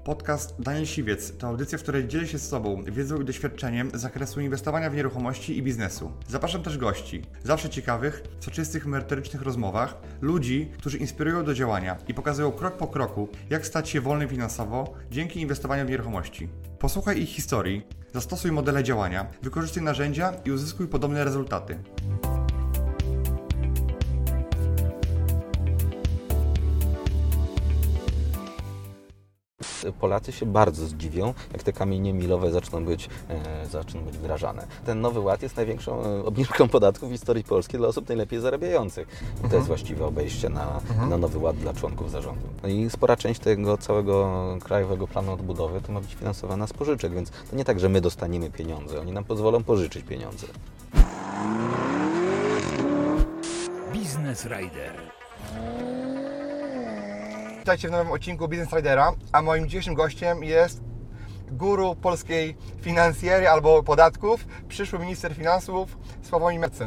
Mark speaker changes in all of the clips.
Speaker 1: Podcast Daniel Siwiec to audycja, w której dzielę się z Tobą wiedzą i doświadczeniem z zakresu inwestowania w nieruchomości i biznesu. Zapraszam też gości, zawsze ciekawych, w soczystych, merytorycznych rozmowach, ludzi, którzy inspirują do działania i pokazują krok po kroku, jak stać się wolnym finansowo dzięki inwestowaniu w nieruchomości. Posłuchaj ich historii, zastosuj modele działania, wykorzystuj narzędzia i uzyskuj podobne rezultaty.
Speaker 2: Polacy się bardzo zdziwią, jak te kamienie milowe zaczną być wdrażane. Ten Nowy Ład jest największą obniżką podatków w historii Polski dla osób najlepiej zarabiających. I to jest właściwe obejście na Nowy Ład dla członków zarządu. No i spora część tego całego Krajowego Planu Odbudowy to ma być finansowana z pożyczek, więc to nie tak, że my dostaniemy pieniądze, oni nam pozwolą pożyczyć pieniądze.
Speaker 3: Business Rider.
Speaker 4: Witajcie w nowym odcinku Business Ridera, a moim dzisiejszym gościem jest guru polskiej finansjery albo podatków, przyszły minister finansów Sławomir Mencen.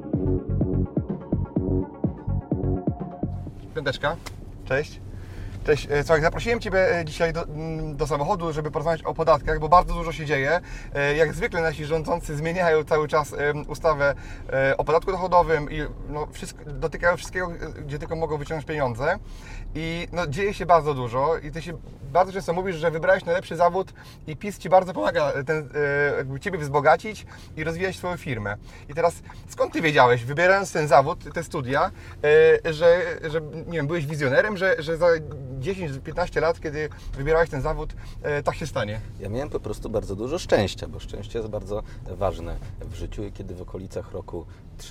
Speaker 4: Piąteczka, cześć. Cześć, słuchaj, zaprosiłem Ciebie dzisiaj do samochodu, żeby porozmawiać o podatkach, bo bardzo dużo się dzieje. Jak zwykle nasi rządzący zmieniają cały czas ustawę o podatku dochodowym i dotykają wszystkiego, gdzie tylko mogą wyciągnąć pieniądze. I dzieje się bardzo dużo i Ty się bardzo często mówisz, że wybrałeś najlepszy zawód i PiS Ci bardzo pomaga Ciebie wzbogacić i rozwijać swoją firmę. I teraz skąd Ty wiedziałeś, wybierając ten zawód, te studia, że nie wiem, byłeś wizjonerem, że za 10-15 lat, kiedy wybierałeś ten zawód, tak się stanie?
Speaker 2: Ja miałem po prostu bardzo dużo szczęścia, bo szczęście jest bardzo ważne w życiu i kiedy w okolicach roku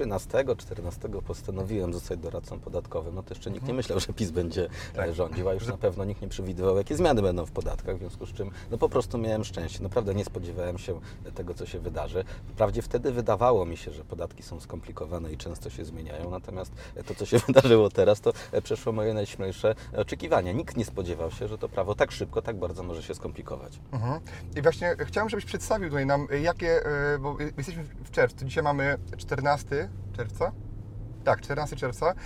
Speaker 2: 13-14 postanowiłem zostać doradcą podatkowym, to jeszcze nikt nie myślał, że PiS będzie rządził, a już na pewno nikt nie przewidywał, jakie zmiany będą w podatkach, w związku z czym po prostu miałem szczęście. Naprawdę nie spodziewałem się tego, co się wydarzy. Wprawdzie wtedy wydawało mi się, że podatki są skomplikowane i często się zmieniają, natomiast to, co się wydarzyło teraz, to przeszło moje najśmielsze oczekiwania. Nikt nie spodziewał się, że to prawo tak szybko, tak bardzo może się skomplikować.
Speaker 4: I właśnie chciałem, żebyś przedstawił tutaj nam, bo jesteśmy w czerwcu, dzisiaj mamy 14 czerwca. Tak, 14 czerwca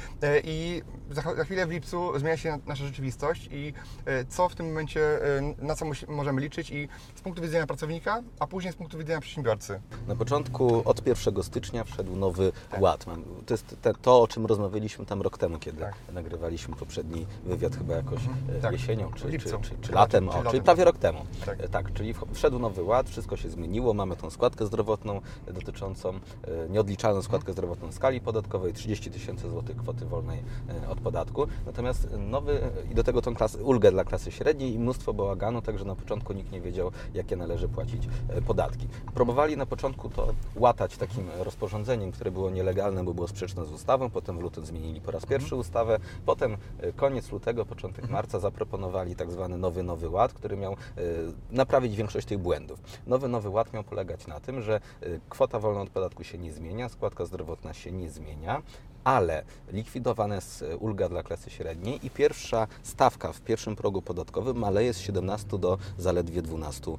Speaker 4: i za chwilę w lipcu zmienia się nasza rzeczywistość i co w tym momencie, na co możemy liczyć i z punktu widzenia pracownika, a później z punktu widzenia przedsiębiorcy.
Speaker 2: Na początku, od 1 stycznia wszedł Nowy Ład. To jest to, o czym rozmawialiśmy tam rok temu, kiedy nagrywaliśmy poprzedni wywiad chyba jakoś jesienią, czy latem, czyli prawie rok temu. Tak, czyli wszedł Nowy Ład, wszystko się zmieniło, mamy tą składkę zdrowotną dotyczącą, nieodliczalną składkę zdrowotną skali podatkowej, 30 000 złotych kwoty wolnej od podatku. Natomiast i do tego tą ulgę dla klasy średniej i mnóstwo bałaganu, także na początku nikt nie wiedział, jakie należy płacić podatki. Próbowali na początku to łatać takim rozporządzeniem, które było nielegalne, bo było sprzeczne z ustawą, potem w lutym zmienili po raz pierwszy ustawę, potem koniec lutego, początek marca zaproponowali tak zwany Nowy Ład, który miał naprawić większość tych błędów. Nowy Ład miał polegać na tym, że kwota wolna od podatku się nie zmienia, składka zdrowotna się nie zmienia, ale likwidowana jest ulga dla klasy średniej i pierwsza stawka w pierwszym progu podatkowym maleje z 17 do zaledwie 12%.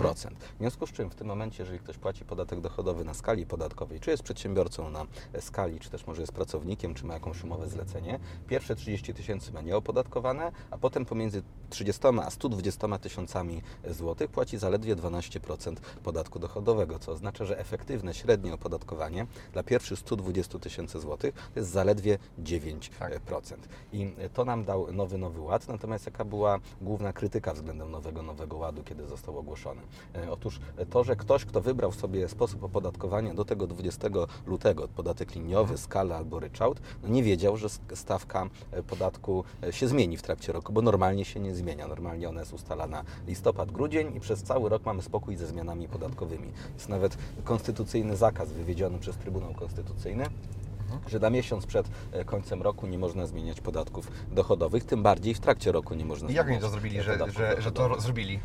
Speaker 2: W związku z czym w tym momencie, jeżeli ktoś płaci podatek dochodowy na skali podatkowej, czy jest przedsiębiorcą na skali, czy też może jest pracownikiem, czy ma jakąś umowę zlecenie, pierwsze 30 000 ma nieopodatkowane, a potem pomiędzy 30 a 120 tysiącami złotych płaci zaledwie 12% podatku dochodowego, co oznacza, że efektywne średnie opodatkowanie dla pierwszych 120 000 złotych to jest zaledwie 9%. I to nam dał Nowy Ład, natomiast jaka była główna krytyka względem Nowego Ładu, kiedy został ogłoszony? Otóż to, że ktoś, kto wybrał sobie sposób opodatkowania do tego 20 lutego, podatek liniowy, skala albo ryczałt, nie wiedział, że stawka podatku się zmieni w trakcie roku, bo normalnie się nie zmienia. Normalnie ona jest ustalana listopad, grudzień i przez cały rok mamy spokój ze zmianami podatkowymi. Jest nawet konstytucyjny zakaz wywiedziony przez Trybunał Konstytucyjny, że na miesiąc przed końcem roku nie można zmieniać podatków dochodowych, tym bardziej w trakcie roku nie można zmieniać.
Speaker 4: Jak oni to zrobili, że to zrobili?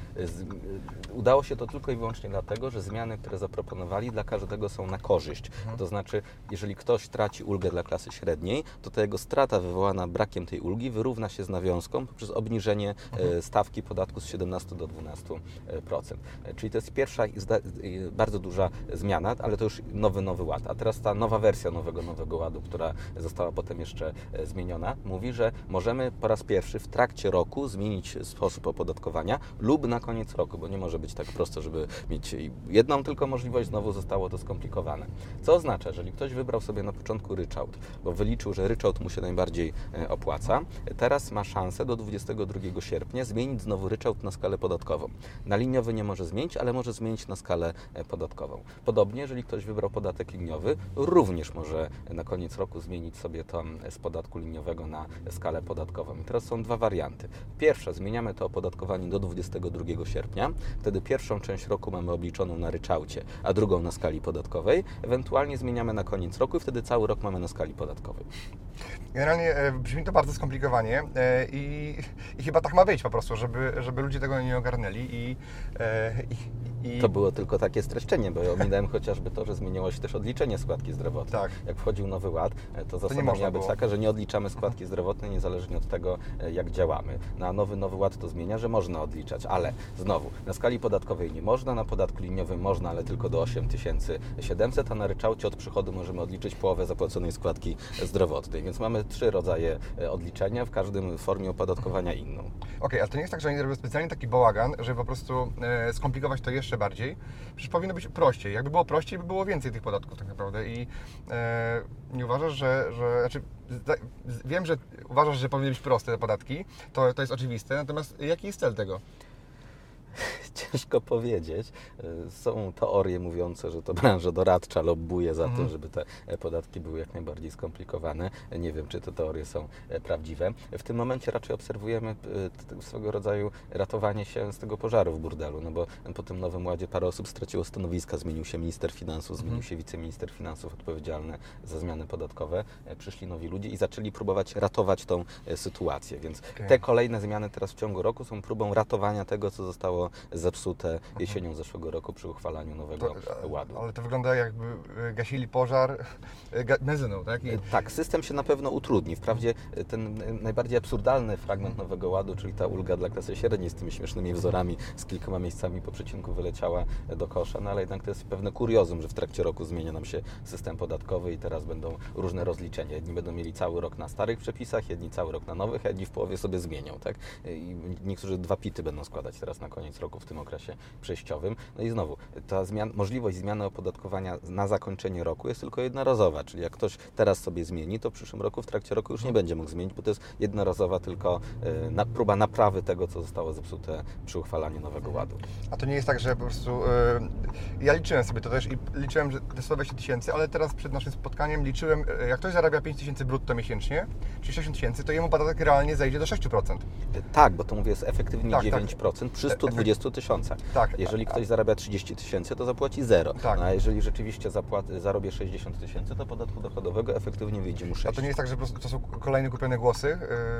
Speaker 2: Udało się to tylko i wyłącznie dlatego, że zmiany, które zaproponowali, dla każdego są na korzyść. To znaczy, jeżeli ktoś traci ulgę dla klasy średniej, to ta jego strata wywołana brakiem tej ulgi wyrówna się z nawiązką poprzez obniżenie stawki podatku z 17 do 12%. Czyli to jest pierwsza bardzo duża zmiana, ale to już Nowy Ład. A teraz ta nowa wersja Nowego Ładu, która została potem jeszcze zmieniona, mówi, że możemy po raz pierwszy w trakcie roku zmienić sposób opodatkowania lub na koniec roku, bo nie może być tak prosto, żeby mieć jedną tylko możliwość, znowu zostało to skomplikowane. Co oznacza, jeżeli ktoś wybrał sobie na początku ryczałt, bo wyliczył, że ryczałt mu się najbardziej opłaca, teraz ma szansę do 22 sierpnia zmienić znowu ryczałt na skalę podatkową. Na liniowy nie może zmienić, ale może zmienić na skalę podatkową. Podobnie, jeżeli ktoś wybrał podatek liniowy, również może na koniec roku zmienić sobie to z podatku liniowego na skalę podatkową. I teraz są dwa warianty. Pierwsza, zmieniamy to opodatkowanie do 22 sierpnia, wtedy pierwszą część roku mamy obliczoną na ryczałcie, a drugą na skali podatkowej. Ewentualnie zmieniamy na koniec roku i wtedy cały rok mamy na skali podatkowej.
Speaker 4: Generalnie brzmi to bardzo skomplikowanie i chyba tak ma być po prostu, żeby ludzie tego nie ogarnęli i
Speaker 2: To było tylko takie streszczenie, bo ja ominąłem chociażby to, że zmieniło się też odliczenie składki zdrowotnej.
Speaker 4: Tak.
Speaker 2: Jak wchodził Nowy Ład, to zasada miała być taka, że nie odliczamy składki zdrowotnej niezależnie od tego, jak działamy. Na Nowy Ład to zmienia, że można odliczać, ale znowu, na skali podatkowej nie można, na podatku liniowym można, ale tylko do 8700, a na ryczałcie od przychodu możemy odliczyć połowę zapłaconej składki zdrowotnej. Więc mamy 3 rodzaje odliczenia, w każdym formie opodatkowania inną.
Speaker 4: Okej, ale to nie jest tak, że oni robią specjalnie taki bałagan, żeby po prostu skomplikować to jeszcze bardziej. Przecież powinno być prościej. Jakby było prościej, by było więcej tych podatków tak naprawdę i nie uważasz, znaczy, wiem, że uważasz, że powinny być proste te podatki, to jest oczywiste, natomiast jaki jest cel tego?
Speaker 2: Ciężko powiedzieć. Są teorie mówiące, że to branża doradcza lobbuje za tym, żeby te podatki były jak najbardziej skomplikowane. Nie wiem, czy te teorie są prawdziwe. W tym momencie raczej obserwujemy swego rodzaju ratowanie się z tego pożaru w burdelu, no bo po tym Nowym Ładzie parę osób straciło stanowiska, zmienił się minister finansów, zmienił się wiceminister finansów odpowiedzialny za zmiany podatkowe, przyszli nowi ludzie i zaczęli próbować ratować tą sytuację, więc te kolejne zmiany teraz w ciągu roku są próbą ratowania tego, co zostało zepsute jesienią zeszłego roku przy uchwalaniu Nowego Ładu.
Speaker 4: Ale to wygląda, jakby gasili pożar benzyną, tak?
Speaker 2: Tak, system się na pewno utrudni. Wprawdzie ten najbardziej absurdalny fragment Nowego Ładu, czyli ta ulga dla klasy średniej z tymi śmiesznymi wzorami, z kilkoma miejscami po przecinku wyleciała do kosza, no ale jednak to jest pewne kuriozum, że w trakcie roku zmienia nam się system podatkowy i teraz będą różne rozliczenia. Jedni będą mieli cały rok na starych przepisach, jedni cały rok na nowych, a jedni w połowie sobie zmienią, tak? I niektórzy 2 PIT-y będą składać teraz na koniec roku w tym okresie przejściowym. No i znowu, ta możliwość zmiany opodatkowania na zakończenie roku jest tylko jednorazowa, czyli jak ktoś teraz sobie zmieni, to w przyszłym roku, w trakcie roku już nie będzie mógł zmienić, bo to jest jednorazowa tylko próba naprawy tego, co zostało zepsute przy uchwalaniu Nowego Ładu.
Speaker 4: A to nie jest tak, że po prostu... ja liczyłem sobie to też i liczyłem, że te 120 tysięcy, ale teraz przed naszym spotkaniem liczyłem, jak ktoś zarabia 5 tysięcy brutto miesięcznie, czyli 60 tysięcy, to jemu podatek realnie zejdzie do 6%.
Speaker 2: Tak, bo to mówię, jest efektywnie
Speaker 4: tak,
Speaker 2: 9% przy 120 tysiącach.
Speaker 4: Tak.
Speaker 2: Jeżeli ktoś zarabia 30 tysięcy, to zapłaci 0.
Speaker 4: Tak.
Speaker 2: A jeżeli rzeczywiście zarobię 60 tysięcy, to podatku dochodowego efektywnie wyjdzie mu 6.
Speaker 4: A to nie jest tak, że po prostu to są kolejne kupione głosy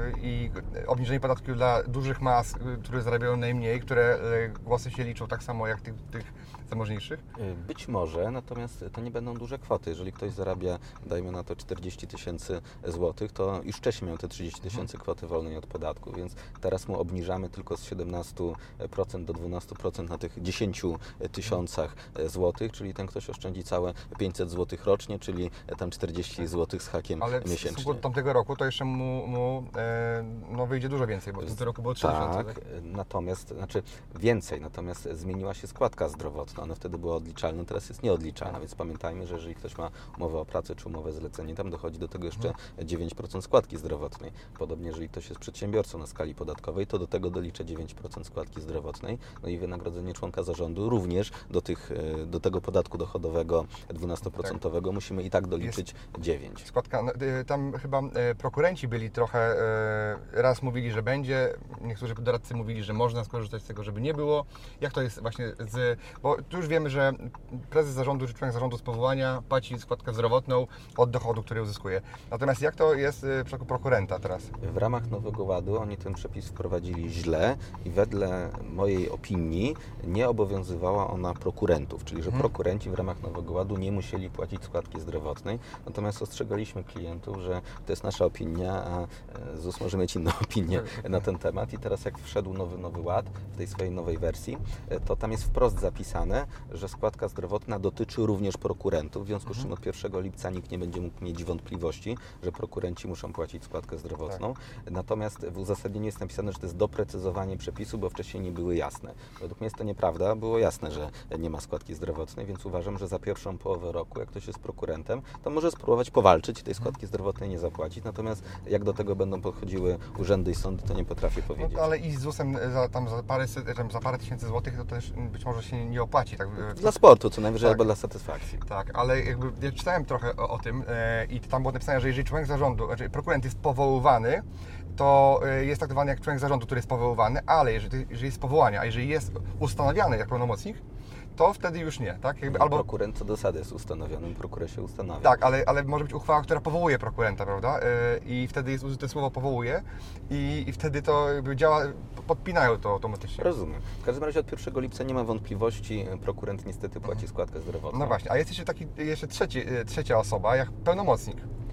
Speaker 4: i obniżenie podatku dla dużych mas, które zarabiają najmniej, które głosy się liczą tak samo jak tych zamożniejszych?
Speaker 2: Być może, natomiast to nie będą duże kwoty. Jeżeli ktoś zarabia, dajmy na to 40 tysięcy złotych, to już wcześniej miał te 30 tysięcy kwoty wolnej od podatku, więc teraz mu obniżamy tylko z 17% do 12% na tych 10 tysiącach złotych, czyli ten ktoś oszczędzi całe 500 złotych rocznie, czyli tam 40 złotych z hakiem miesięcznie. Ale w stosunku
Speaker 4: do tamtego roku to jeszcze mu wyjdzie dużo więcej, bo w tym roku było 3000.
Speaker 2: Tak, natomiast zmieniła się składka zdrowotna. Ona wtedy była odliczalna, teraz jest nieodliczalna, więc pamiętajmy, że jeżeli ktoś ma umowę o pracę czy umowę zlecenie, tam dochodzi do tego jeszcze 9% składki zdrowotnej. Podobnie, jeżeli ktoś jest przedsiębiorcą na skali podatkowej, to do tego dolicza 9% składki zdrowotnej. No i wynagrodzenie członka zarządu również do tego podatku dochodowego 12% musimy i tak doliczyć 9%.
Speaker 4: Składka, tam chyba prokurenci byli trochę, raz mówili, że będzie, niektórzy doradcy mówili, że można skorzystać z tego, żeby nie było. Jak to jest właśnie bo tu już wiemy, że prezes zarządu czy członek zarządu z powołania płaci składkę zdrowotną od dochodu, który uzyskuje. Natomiast jak to jest w przypadku prokurenta teraz?
Speaker 2: W ramach Nowego Ładu oni ten przepis wprowadzili źle i wedle mojej opinii opinii nie obowiązywała ona prokurentów, czyli że prokurenci w ramach Nowego Ładu nie musieli płacić składki zdrowotnej, natomiast ostrzegaliśmy klientów, że to jest nasza opinia, a ZUS może mieć inną opinię na ten temat i teraz jak wszedł Nowy Ład w tej swojej nowej wersji, to tam jest wprost zapisane, że składka zdrowotna dotyczy również prokurentów, w związku z czym od 1 lipca nikt nie będzie mógł mieć wątpliwości, że prokurenci muszą płacić składkę zdrowotną. Natomiast w uzasadnieniu jest napisane, że to jest doprecyzowanie przepisu, bo wcześniej nie były jasne. Według mnie jest to nieprawda, było jasne, że nie ma składki zdrowotnej, więc uważam, że za pierwszą połowę roku, jak ktoś jest prokurentem, to może spróbować powalczyć i tej składki zdrowotnej nie zapłacić. Natomiast jak do tego będą podchodziły urzędy i sądy, to nie potrafię powiedzieć.
Speaker 4: No, ale i z ZUS-em za parę tysięcy złotych to też być może się nie opłaci. Tak?
Speaker 2: Dla sportu co najwyżej, albo dla satysfakcji.
Speaker 4: Tak, ale jakby ja czytałem trochę o tym i tam było napisane, że jeżeli członek zarządu, znaczy prokurent jest powoływany, to jest traktowany jak członek zarządu, który jest powoływany, ale jeżeli jest powołanie, a jeżeli jest ustanawiany jak pełnomocnik, to wtedy już nie, tak?
Speaker 2: Albo prokurent co do zasady jest ustanowiony, prokurent się ustanawia.
Speaker 4: Tak, ale może być uchwała, która powołuje prokurenta, prawda? I wtedy jest użyte słowo powołuje i wtedy to jakby działa, podpinają to automatycznie.
Speaker 2: Rozumiem. W każdym razie od 1 lipca nie ma wątpliwości, prokurent niestety płaci składkę zdrowotną.
Speaker 4: No właśnie, a jest jeszcze trzecia osoba, jak pełnomocnik.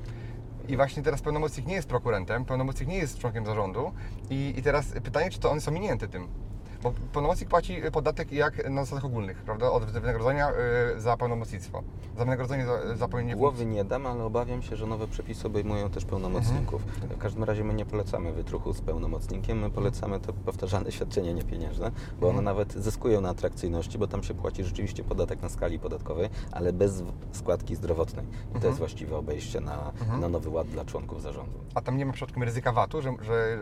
Speaker 4: I właśnie teraz pełnomocnik nie jest prokurentem, pełnomocnik nie jest członkiem zarządu i teraz pytanie, czy to one są minięte tym. Bo pełnomocnik płaci podatek jak na zasadach ogólnych, prawda? Od wynagrodzenia za pełnomocnictwo. Za wynagrodzenie za pełnienie
Speaker 2: Głowy nie dam, ale obawiam się, że nowe przepisy obejmują też pełnomocników. W każdym razie my nie polecamy wytruchu z pełnomocnikiem, my polecamy te powtarzalne świadczenia niepieniężne, bo one nawet zyskują na atrakcyjności, bo tam się płaci rzeczywiście podatek na skali podatkowej, ale bez składki zdrowotnej. I to jest właściwe obejście na Nowy Ład dla członków zarządu.
Speaker 4: A tam nie ma przypadkiem ryzyka VAT-u, że...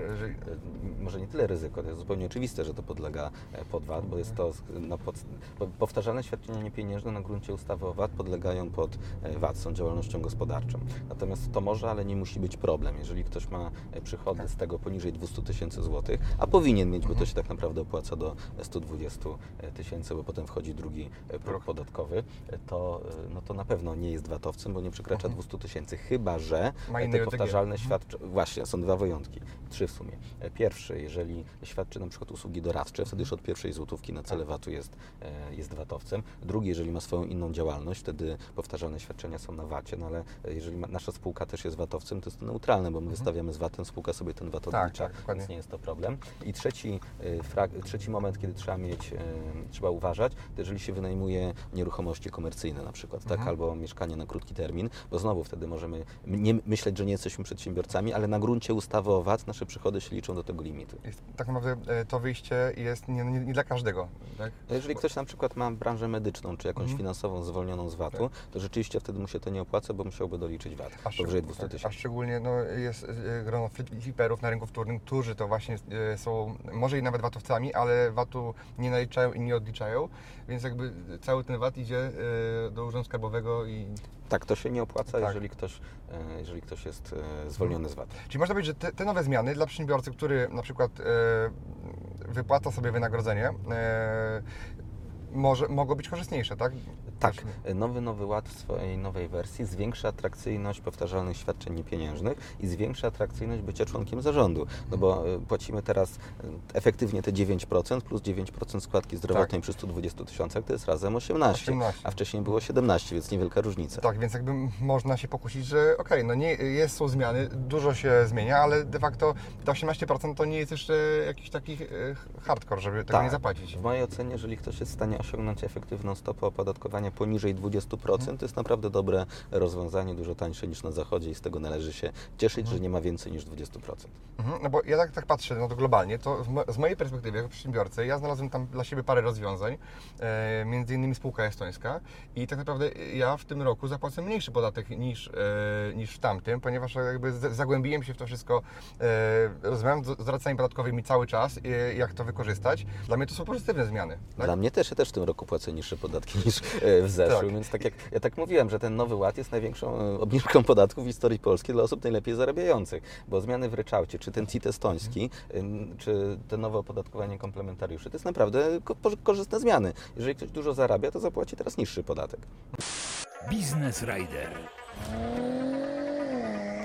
Speaker 2: Może nie tyle ryzyko, to jest zupełnie oczywiste, że to podlega pod VAT, bo jest to powtarzalne świadczenia niepieniężne na gruncie ustawy o VAT podlegają pod VAT, są działalnością gospodarczą. Natomiast to może, ale nie musi być problem. Jeżeli ktoś ma przychody z tego poniżej 200 000 złotych, a powinien mieć, bo to się tak naprawdę opłaca do 120 000, bo potem wchodzi drugi próg podatkowy, to na pewno nie jest VAT-owcem, bo nie przekracza 200 000, chyba że te powtarzalne świadczenia, właśnie, są dwa wyjątki, 3 w sumie. Pierwszy, jeżeli świadczy na przykład usługi doradcze, wtedy już od pierwszej złotówki na cele VAT-u jest VAT-owcem. Drugi, jeżeli ma swoją inną działalność, wtedy powtarzalne świadczenia są na VAT-cie, no ale jeżeli nasza spółka też jest VAT-owcem, to jest to neutralne, bo my wystawiamy z VAT-em, spółka sobie ten VAT odlicza, więc nie jest to problem. I trzeci moment, kiedy trzeba uważać, to jeżeli się wynajmuje nieruchomości komercyjne na przykład, tak, albo mieszkanie na krótki termin, bo znowu wtedy możemy nie myśleć, że nie jesteśmy przedsiębiorcami, ale na gruncie ustawy o VAT nasze przychody się liczą do tego limitu.
Speaker 4: Tak naprawdę to wyjście jest nie dla każdego. Tak?
Speaker 2: Jeżeli ktoś na przykład ma branżę medyczną, czy jakąś finansową zwolnioną z VAT-u, to rzeczywiście wtedy mu się to nie opłaca, bo musiałby doliczyć VAT powyżej 200 000.
Speaker 4: A szczególnie jest grono fliperów na rynku wtórnym, którzy to właśnie są może i nawet VAT-owcami, ale VAT-u nie naliczają i nie odliczają, więc jakby cały ten VAT idzie do Urzędu Skarbowego i...
Speaker 2: Tak, to się nie opłaca, jeżeli ktoś jest zwolniony z VAT.
Speaker 4: Czyli można powiedzieć, że te nowe zmiany dla przedsiębiorcy, który na przykład wypłaca sobie wynagrodzenie, mogą być korzystniejsze, tak?
Speaker 2: Tak. Nowy Ład w swojej nowej wersji zwiększa atrakcyjność powtarzalnych świadczeń niepieniężnych i zwiększa atrakcyjność bycia członkiem zarządu, no bo płacimy teraz efektywnie te 9% plus 9% składki zdrowotnej przy 120 000, to jest razem 18, a wcześniej było 17, więc niewielka różnica.
Speaker 4: Tak, więc jakby można się pokusić, że są zmiany, dużo się zmienia, ale de facto te 18% to nie jest jeszcze jakiś taki hardcore, żeby tego nie zapłacić.
Speaker 2: W mojej ocenie, jeżeli ktoś jest w stanie osiągnąć efektywną stopę opodatkowania poniżej 20%, to jest naprawdę dobre rozwiązanie, dużo tańsze niż na zachodzie i z tego należy się cieszyć, że nie ma więcej niż 20%.
Speaker 4: No bo ja tak patrzę na to globalnie, to z mojej perspektywy jako przedsiębiorcy, ja znalazłem tam dla siebie parę rozwiązań, między innymi spółka estońska i tak naprawdę ja w tym roku zapłacę mniejszy podatek niż w tamtym, ponieważ jakby zagłębiłem się w to wszystko, rozmawiam z doradcami podatkowymi cały czas, jak to wykorzystać. Dla mnie to są pozytywne zmiany. Tak?
Speaker 2: Dla mnie też, ja też w tym roku płacę niższe podatki niż w zeszłym, więc tak jak ja tak mówiłem, że ten Nowy Ład jest największą obniżką podatków w historii Polski dla osób najlepiej zarabiających, bo zmiany w ryczałcie, czy ten CIT estoński, czy te nowe opodatkowanie komplementariuszy, to jest naprawdę korzystne zmiany. Jeżeli ktoś dużo zarabia, to zapłaci teraz niższy podatek.
Speaker 3: Business Rider.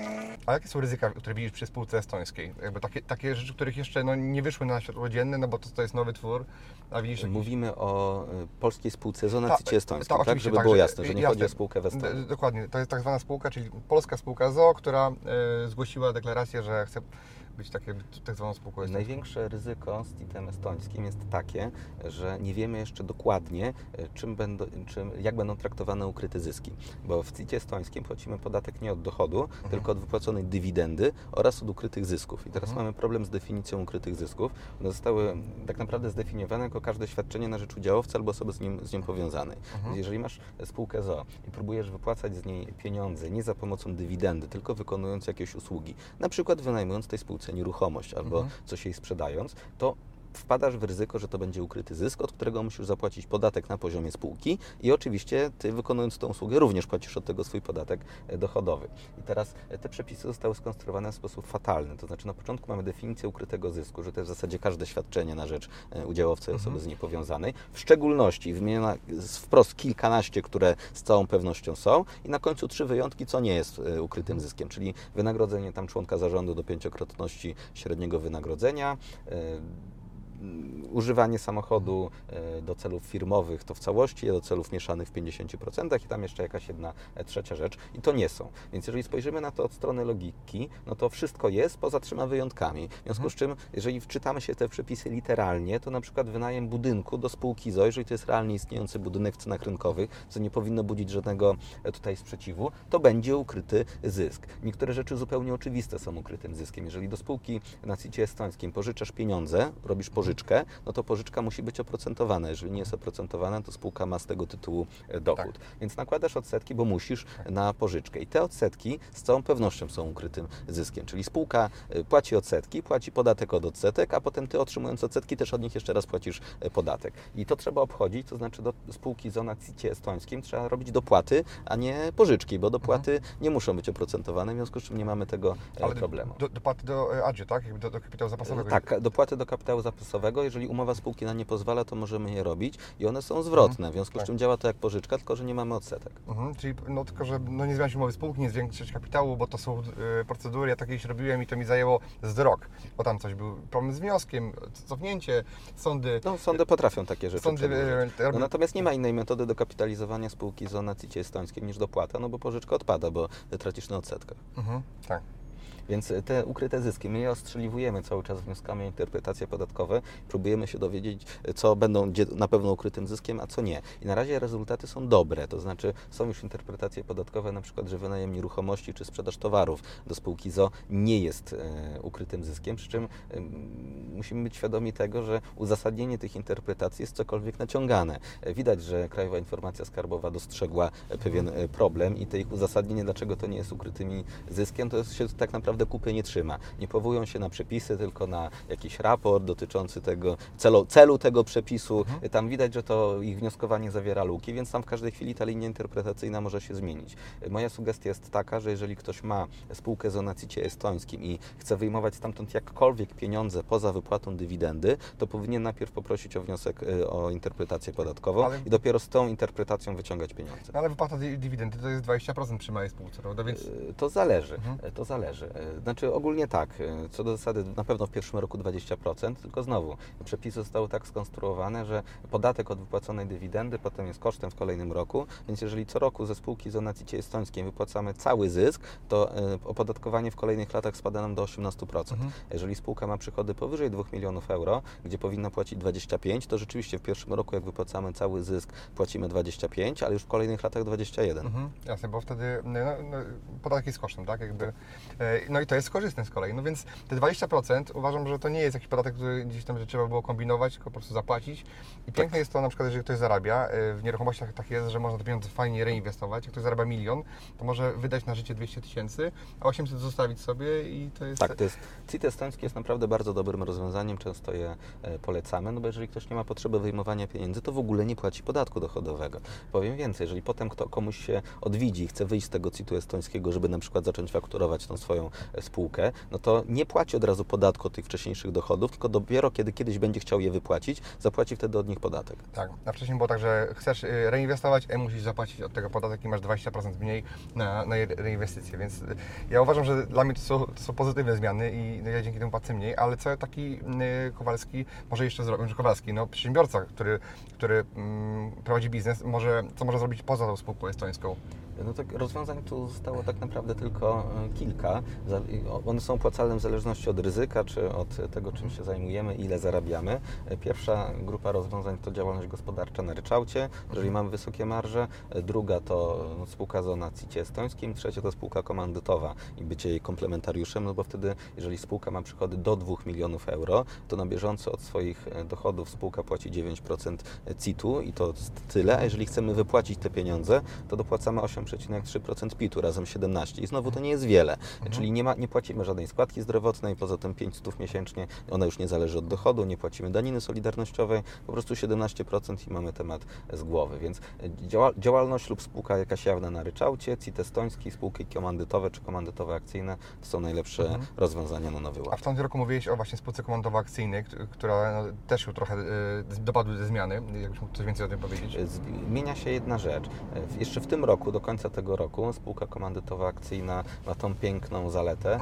Speaker 4: A jakie są ryzyka, które widzisz przy spółce estońskiej? Jakby takie rzeczy, których jeszcze nie wyszły na światło dzienne, no bo to jest nowy twór, a widzisz...
Speaker 2: Mówimy o polskiej spółce z CIT estońskiej, tak? Żeby
Speaker 4: tak,
Speaker 2: było jasne, że nie chodzi o spółkę w Estonii.
Speaker 4: Dokładnie, to jest tak zwana spółka, czyli polska spółka ZOO, która zgłosiła deklarację, że chce być tak zwaną spółką estońską.
Speaker 2: Największe ryzyko z CIT-em estońskim jest takie, że nie wiemy jeszcze dokładnie, jak będą traktowane ukryte zyski. Bo w CIT-ie estońskim płacimy podatek nie od dochodu, tylko od wypłaconej dywidendy oraz od ukrytych zysków. I teraz mamy problem z definicją ukrytych zysków. One zostały tak naprawdę zdefiniowane jako każde świadczenie na rzecz udziałowca albo osoby z nią powiązanej. Więc jeżeli masz spółkę ZOO i próbujesz wypłacać z niej pieniądze nie za pomocą dywidendy, tylko wykonując jakieś usługi, na przykład wynajmując tej spółce nieruchomość albo coś jej sprzedając, to wpadasz w ryzyko, że to będzie ukryty zysk, od którego musisz zapłacić podatek na poziomie spółki i oczywiście Ty, wykonując tę usługę, również płacisz od tego swój podatek dochodowy. I teraz te przepisy zostały skonstruowane w sposób fatalny, to znaczy na początku mamy definicję ukrytego zysku, że to jest w zasadzie każde świadczenie na rzecz udziałowca i osoby z niej powiązanej, w szczególności wymieniona wprost kilkanaście, które z całą pewnością są i na końcu 3 wyjątki, co nie jest ukrytym zyskiem, czyli wynagrodzenie tam członka zarządu do 5-krotności średniego wynagrodzenia, używanie samochodu do celów firmowych to w całości, do celów mieszanych w 50% i tam jeszcze jakaś jedna trzecia rzecz i to nie są. Więc jeżeli spojrzymy na to od strony logiki, no to wszystko jest poza 3 wyjątkami. W związku z czym, jeżeli wczytamy się te przepisy literalnie, to na przykład wynajem budynku do spółki ZOO, jeżeli to jest realnie istniejący budynek w cenach rynkowych, co nie powinno budzić żadnego tutaj sprzeciwu, to będzie ukryty zysk. Niektóre rzeczy zupełnie oczywiste są ukrytym zyskiem. Jeżeli do spółki na CIT-ie estońskim pożyczasz pieniądze, robisz pożyczkę, no to pożyczka musi być oprocentowana. Jeżeli nie jest oprocentowana, to spółka ma z tego tytułu dochód. Tak. Więc nakładasz odsetki, bo musisz na pożyczkę. I te odsetki z całą pewnością są ukrytym zyskiem. Czyli spółka płaci odsetki, płaci podatek od odsetek, a potem Ty, otrzymując odsetki, też od nich jeszcze raz płacisz podatek. I to trzeba obchodzić, to znaczy do spółki ZOO na CIT-ie estońskim trzeba robić dopłaty, a nie pożyczki, bo dopłaty nie muszą być oprocentowane, w związku z czym nie mamy tego problemu.
Speaker 4: Dopłaty do AGIO, tak? Jakby do kapitału zapasowego?
Speaker 2: Tak, dopłaty do kapitału zapasowego. Jeżeli umowa spółki na nie pozwala, to możemy je robić i one są zwrotne, w związku z czym działa to jak pożyczka, tylko że nie mamy odsetek.
Speaker 4: Czyli tylko, że nie zmieniać umowy spółki, nie zwiększyć kapitału, bo to są procedury, ja takie robiłem i to mi zajęło z rok, bo tam coś był problem z wnioskiem, cofnięcie, sądy...
Speaker 2: No, sądy potrafią takie rzeczy no, natomiast nie ma innej metody dokapitalizowania spółki ZOO na CIT-ie estońskim niż dopłata, no bo pożyczka odpada, bo tracisz na odsetkach.
Speaker 4: Tak.
Speaker 2: Więc te ukryte zyski, my je ostrzeliwujemy cały czas wnioskami o interpretacje podatkowe, próbujemy się dowiedzieć, co będą na pewno ukrytym zyskiem, a co nie. I na razie rezultaty są dobre, to znaczy są już interpretacje podatkowe, na przykład, że wynajem nieruchomości czy sprzedaż towarów do spółki ZOO nie jest ukrytym zyskiem, przy czym musimy być świadomi tego, że uzasadnienie tych interpretacji jest cokolwiek naciągane. Widać, że Krajowa Informacja Skarbowa dostrzegła pewien problem i to ich uzasadnienie, dlaczego to nie jest ukrytym zyskiem, to się tak naprawdę kupy nie trzyma. Nie powołują się na przepisy, tylko na jakiś raport dotyczący tego celu tego przepisu. Tam widać, że to ich wnioskowanie zawiera luki, więc tam w każdej chwili ta linia interpretacyjna może się zmienić. Moja sugestia jest taka, że jeżeli ktoś ma spółkę ZOO na CIT-ie estońskim i chce wyjmować stamtąd jakkolwiek pieniądze poza wypłatą dywidendy, to powinien najpierw poprosić o wniosek o interpretację podatkową i dopiero z tą interpretacją wyciągać pieniądze.
Speaker 4: Ale wypłata dywidendy to jest 20% przy małej spółce, prawda? Więc...
Speaker 2: To zależy. To zależy. Znaczy ogólnie tak, co do zasady na pewno w pierwszym roku 20%, tylko znowu przepisy zostały tak skonstruowane, że podatek od wypłaconej dywidendy potem jest kosztem w kolejnym roku, więc jeżeli co roku ze spółki ZOO na CIT-ie estońskim wypłacamy cały zysk, to opodatkowanie w kolejnych latach spada nam do 18%. Jeżeli spółka ma przychody powyżej 2 milionów euro, gdzie powinna płacić 25, to rzeczywiście w pierwszym roku jak wypłacamy cały zysk, płacimy 25, ale już w kolejnych latach 21.
Speaker 4: Jasne, bo wtedy podatek jest kosztem, tak? No i to jest korzystne z kolei. No więc te 20% uważam, że to nie jest jakiś podatek, który gdzieś tam trzeba było kombinować, tylko po prostu zapłacić. I piękne jest to na przykład, jeżeli ktoś zarabia, w nieruchomościach tak jest, że można te pieniądze fajnie reinwestować. Jak ktoś zarabia 1 milion, to może wydać na życie 200 000, a 800 zostawić sobie i to jest...
Speaker 2: Tak, to jest CIT estoński jest naprawdę bardzo dobrym rozwiązaniem, często je polecamy, no bo jeżeli ktoś nie ma potrzeby wyjmowania pieniędzy, to w ogóle nie płaci podatku dochodowego. Powiem więcej, jeżeli potem komuś się odwiedzi i chce wyjść z tego CIT-u estońskiego, żeby na przykład zacząć fakturować tą swoją spółkę, no to nie płaci od razu podatku od tych wcześniejszych dochodów, tylko dopiero kiedy kiedyś będzie chciał je wypłacić, zapłaci wtedy od nich podatek.
Speaker 4: Tak, a wcześniej było tak, że chcesz reinwestować, musisz zapłacić od tego podatek i masz 20% mniej na reinwestycje, więc ja uważam, że dla mnie to są pozytywne zmiany i ja dzięki temu płacę mniej, ale co taki Kowalski może jeszcze zrobić, Kowalski, przedsiębiorca, który prowadzi biznes, co może zrobić poza tą spółką estońską?
Speaker 2: No tak, rozwiązań tu zostało tak naprawdę tylko kilka. One są opłacalne w zależności od ryzyka, czy od tego, czym się zajmujemy, ile zarabiamy. Pierwsza grupa rozwiązań to działalność gospodarcza na ryczałcie, jeżeli mamy wysokie marże. Druga to spółka z CIT-ie estońskim. Trzecia to spółka komandytowa i bycie jej komplementariuszem, no bo wtedy, jeżeli spółka ma przychody do 2 milionów euro, to na bieżąco od swoich dochodów spółka płaci 9% CIT-u i to jest tyle, a jeżeli chcemy wypłacić te pieniądze, to dopłacamy 8,3% PIT-u, razem 17. I znowu to nie jest wiele, czyli nie płacimy żadnej składki zdrowotnej, poza tym 500 miesięcznie, ona już nie zależy od dochodu, nie płacimy daniny solidarnościowej, po prostu 17% i mamy temat z głowy, więc działalność lub spółka jakaś jawna na ryczałcie, CIT estoński, spółki komandytowe czy komandytowe akcyjne to są najlepsze rozwiązania na Nowy Ład.
Speaker 4: A w tamtym roku mówiłeś o właśnie spółce komandowo-akcyjnej, która też już trochę dopadły te zmiany, jakbyś mógł coś więcej o tym powiedzieć?
Speaker 2: Zmienia się jedna rzecz. Jeszcze w tym roku, do końca tego roku, spółka komandytowo-akcyjna ma tą piękną zaletę,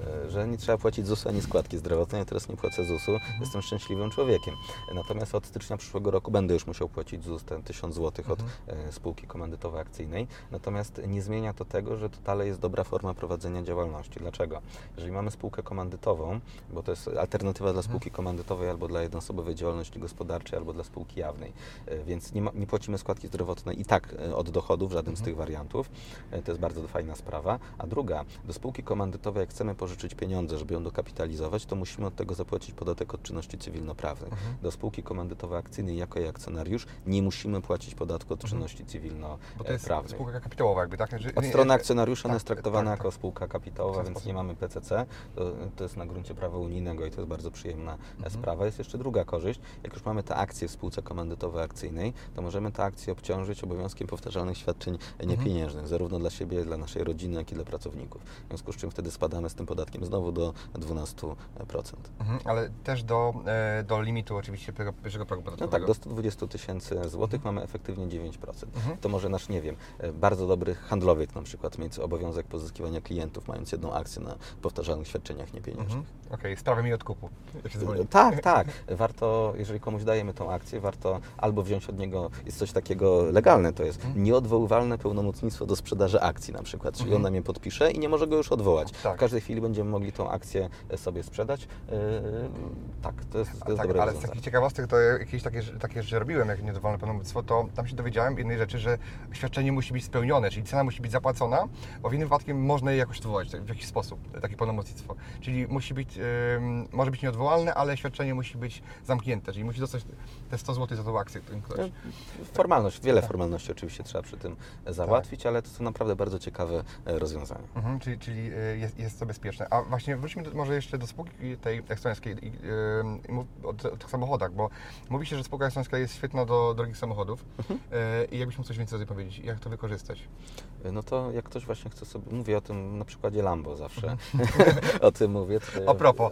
Speaker 2: że nie trzeba płacić ZUS-u ani składki zdrowotnej. Ja teraz nie płacę ZUS-u, jestem szczęśliwym człowiekiem. Natomiast od stycznia przyszłego roku będę już musiał płacić ZUS, ten 1000 zł od spółki komandytowo-akcyjnej. Natomiast nie zmienia to tego, że to dalej jest dobra forma prowadzenia działalności. Dlaczego? Jeżeli mamy spółkę komandytową, bo to jest alternatywa dla spółki komandytowej albo dla jednoosobowej działalności gospodarczej, albo dla spółki jawnej, więc nie płacimy składki zdrowotnej i tak od dochodów, żaden z tych wariantów. To jest bardzo fajna sprawa. A druga, do spółki komandytowej, jak chcemy pożyczyć pieniądze, żeby ją dokapitalizować, to musimy od tego zapłacić podatek od czynności cywilnoprawnych. Do spółki komandytowo-akcyjnej jako jej akcjonariusz nie musimy płacić podatku od czynności cywilnoprawnych.
Speaker 4: Bo to jest spółka kapitałowa jakby, tak?
Speaker 2: Od strony akcjonariusza ona jest traktowana
Speaker 4: tak.
Speaker 2: jako spółka kapitałowa, więc nie mamy PCC. To jest na gruncie prawa unijnego i to jest bardzo przyjemna sprawa. Jest jeszcze druga korzyść. Jak już mamy te akcje w spółce komandytowo-akcyjnej, to możemy te akcje obciążyć obowiązkiem powtarzalnych świadczeń niepieniężnych, zarówno dla siebie, dla naszej rodziny, jak i dla pracowników. W związku z czym wtedy spadamy z tym podatkiem znowu do 12%.
Speaker 4: Ale też do limitu oczywiście pierwszego progu podatkowego.
Speaker 2: No tak, do 120 000 złotych mamy efektywnie 9%. To może nasz, nie wiem, bardzo dobry handlowiec na przykład mieć obowiązek pozyskiwania klientów, mając jedną akcję na powtarzalnych świadczeniach niepieniężnych.
Speaker 4: Okej, sprawę mi odkupu.
Speaker 2: Tak. Warto, jeżeli komuś dajemy tą akcję, warto albo wziąć od niego, jest coś takiego legalne, to jest nieodwoływalne pełnomocnictwo do sprzedaży akcji na przykład, czyli on nam je podpisze i nie może go już odwołać.
Speaker 4: Tak.
Speaker 2: W każdej chwili będziemy mogli tą akcję sobie sprzedać. Tak, to jest dobre
Speaker 4: ale z
Speaker 2: rozwiązanie.
Speaker 4: takich ciekawostek to jakieś takie rzeczy robiłem, jak niedowolne pełnomocnictwo, to tam się dowiedziałem jednej rzeczy, że świadczenie musi być spełnione, czyli cena musi być zapłacona, bo w innym wypadku można je jakoś odwołać w jakiś sposób, takie pełnomocnictwo. Czyli musi być, może być nieodwołalne, ale świadczenie musi być zamknięte, czyli musi dostać te 100 zł za tą akcję ktoś.
Speaker 2: Formalność, wiele formalności oczywiście trzeba przy tym załatwić, ale to są naprawdę bardzo ciekawe rozwiązania.
Speaker 4: Czyli jest to bezpieczne. A właśnie wróćmy może jeszcze do spółki tej estońskiej o tych samochodach, bo mówi się, że spółka estońska jest świetna do drogich samochodów i jakbyś mógł coś więcej o tym powiedzieć, jak to wykorzystać?
Speaker 2: No to jak ktoś właśnie chce sobie, mówię o tym na przykładzie Lambo zawsze, o tym mówię.
Speaker 4: A propos,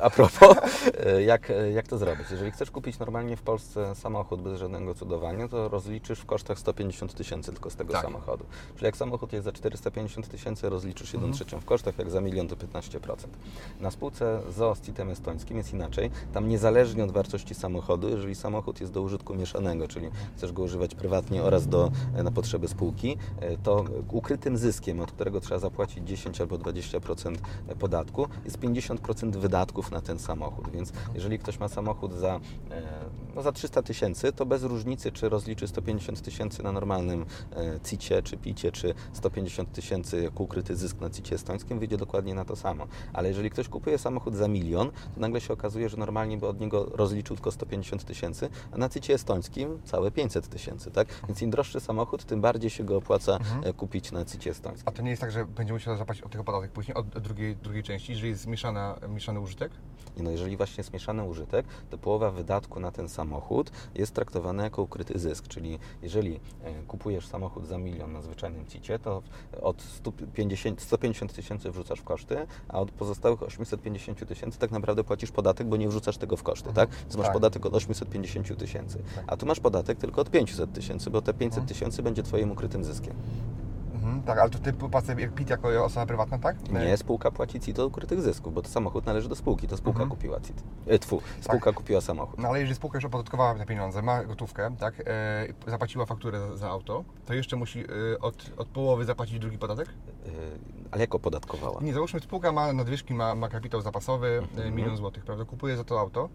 Speaker 2: jak to zrobić? Jeżeli chcesz kupić normalnie w Polsce samochód bez żadnego cudowania, to rozliczysz w kosztach 150 000 tylko z tego samochodu. Czyli jak samochód jest za 450 000, rozliczysz 1/3 w kosztach, jak za 1 000 000 to 15%. Na spółce z CIT-em estońskim jest inaczej. Tam niezależnie od wartości samochodu, jeżeli samochód jest do użytku mieszanego, czyli chcesz go używać prywatnie oraz na potrzeby spółki, to ukrytym zyskiem, od którego trzeba zapłacić 10 albo 20% podatku, jest 50% wydatków na ten samochód. Więc jeżeli ktoś ma samochód za 300 000, to bez różnicy, czy rozliczy 150 000 na normalnym CIT-ie, czy PIT-ie, czy 150 000 jako ukryty zysk na CIT-ie estońskim, wyjdzie dokładnie na to samo. Ale jeżeli ktoś kupuje samochód za 1 000 000, to nagle się okazuje, że normalnie by od niego rozliczył tylko 150 000, a na CIT-ie estońskim całe 500 000, tak? Więc im droższy samochód, tym bardziej się go opłaca kupić na CIT-ie estońskim.
Speaker 4: A to nie jest tak, że będzie musiał zapłacić od tego podatek później, od drugiej części, jeżeli jest mieszany użytek?
Speaker 2: No jeżeli właśnie jest mieszany użytek, to połowa wydatku na ten samochód samochód jest traktowany jako ukryty zysk, czyli jeżeli kupujesz samochód za 1 milion na zwyczajnym CIT-cie, to od 150 tysięcy wrzucasz w koszty, a od pozostałych 850 tysięcy tak naprawdę płacisz podatek, bo nie wrzucasz tego w koszty, tak? Więc masz podatek od 850 tysięcy, a tu masz podatek tylko od 500 tysięcy, bo te 500 tysięcy będzie Twoim ukrytym zyskiem.
Speaker 4: Tak, ale to Ty płacę PIT jako osoba prywatna, tak?
Speaker 2: Nie, spółka płaci CIT od ukrytych zysków, bo to samochód należy do spółki, to spółka kupiła CIT. Spółka kupiła samochód.
Speaker 4: No ale jeżeli spółka już opodatkowała te pieniądze, ma gotówkę, tak, zapłaciła fakturę za auto, to jeszcze musi od połowy zapłacić drugi podatek?
Speaker 2: Ale jak opodatkowała?
Speaker 4: Nie, załóżmy spółka ma nadwyżki, ma kapitał zapasowy, 1 milion złotych, prawda, kupuje za to auto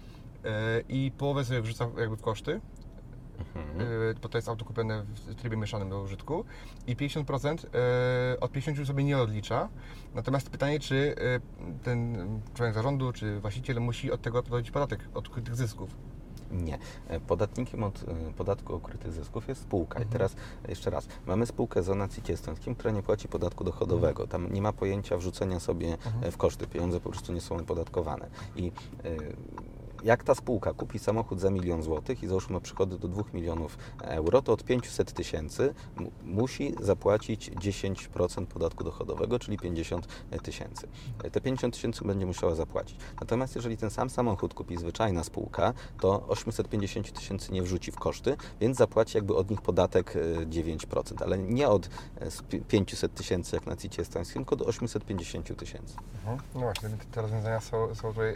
Speaker 4: i połowę sobie wrzuca jakby w koszty, bo to jest auto kupione w trybie mieszanym do użytku i 50% od 50 sobie nie odlicza. Natomiast pytanie, czy ten członek zarządu, czy właściciel musi od tego odprowadzić podatek, od ukrytych zysków?
Speaker 2: Nie. Podatnikiem od podatku ukrytych zysków jest spółka. I teraz jeszcze raz, mamy spółkę z CIT estońskim, która nie płaci podatku dochodowego. Tam nie ma pojęcia wrzucenia sobie w koszty. Pieniądze po prostu nie są opodatkowane. I jak ta spółka kupi samochód za 1 milion złotych i załóżmy ma przychody do 2 milionów euro, to od 500 tysięcy musi zapłacić 10% podatku dochodowego, czyli 50 tysięcy. Te 50 tysięcy będzie musiała zapłacić. Natomiast jeżeli ten sam samochód kupi zwyczajna spółka, to 850 tysięcy nie wrzuci w koszty, więc zapłaci jakby od nich podatek 9%, ale nie od 500 tysięcy jak na CIT estońskim, tylko do 850 tysięcy.
Speaker 4: No właśnie, te rozwiązania są tutaj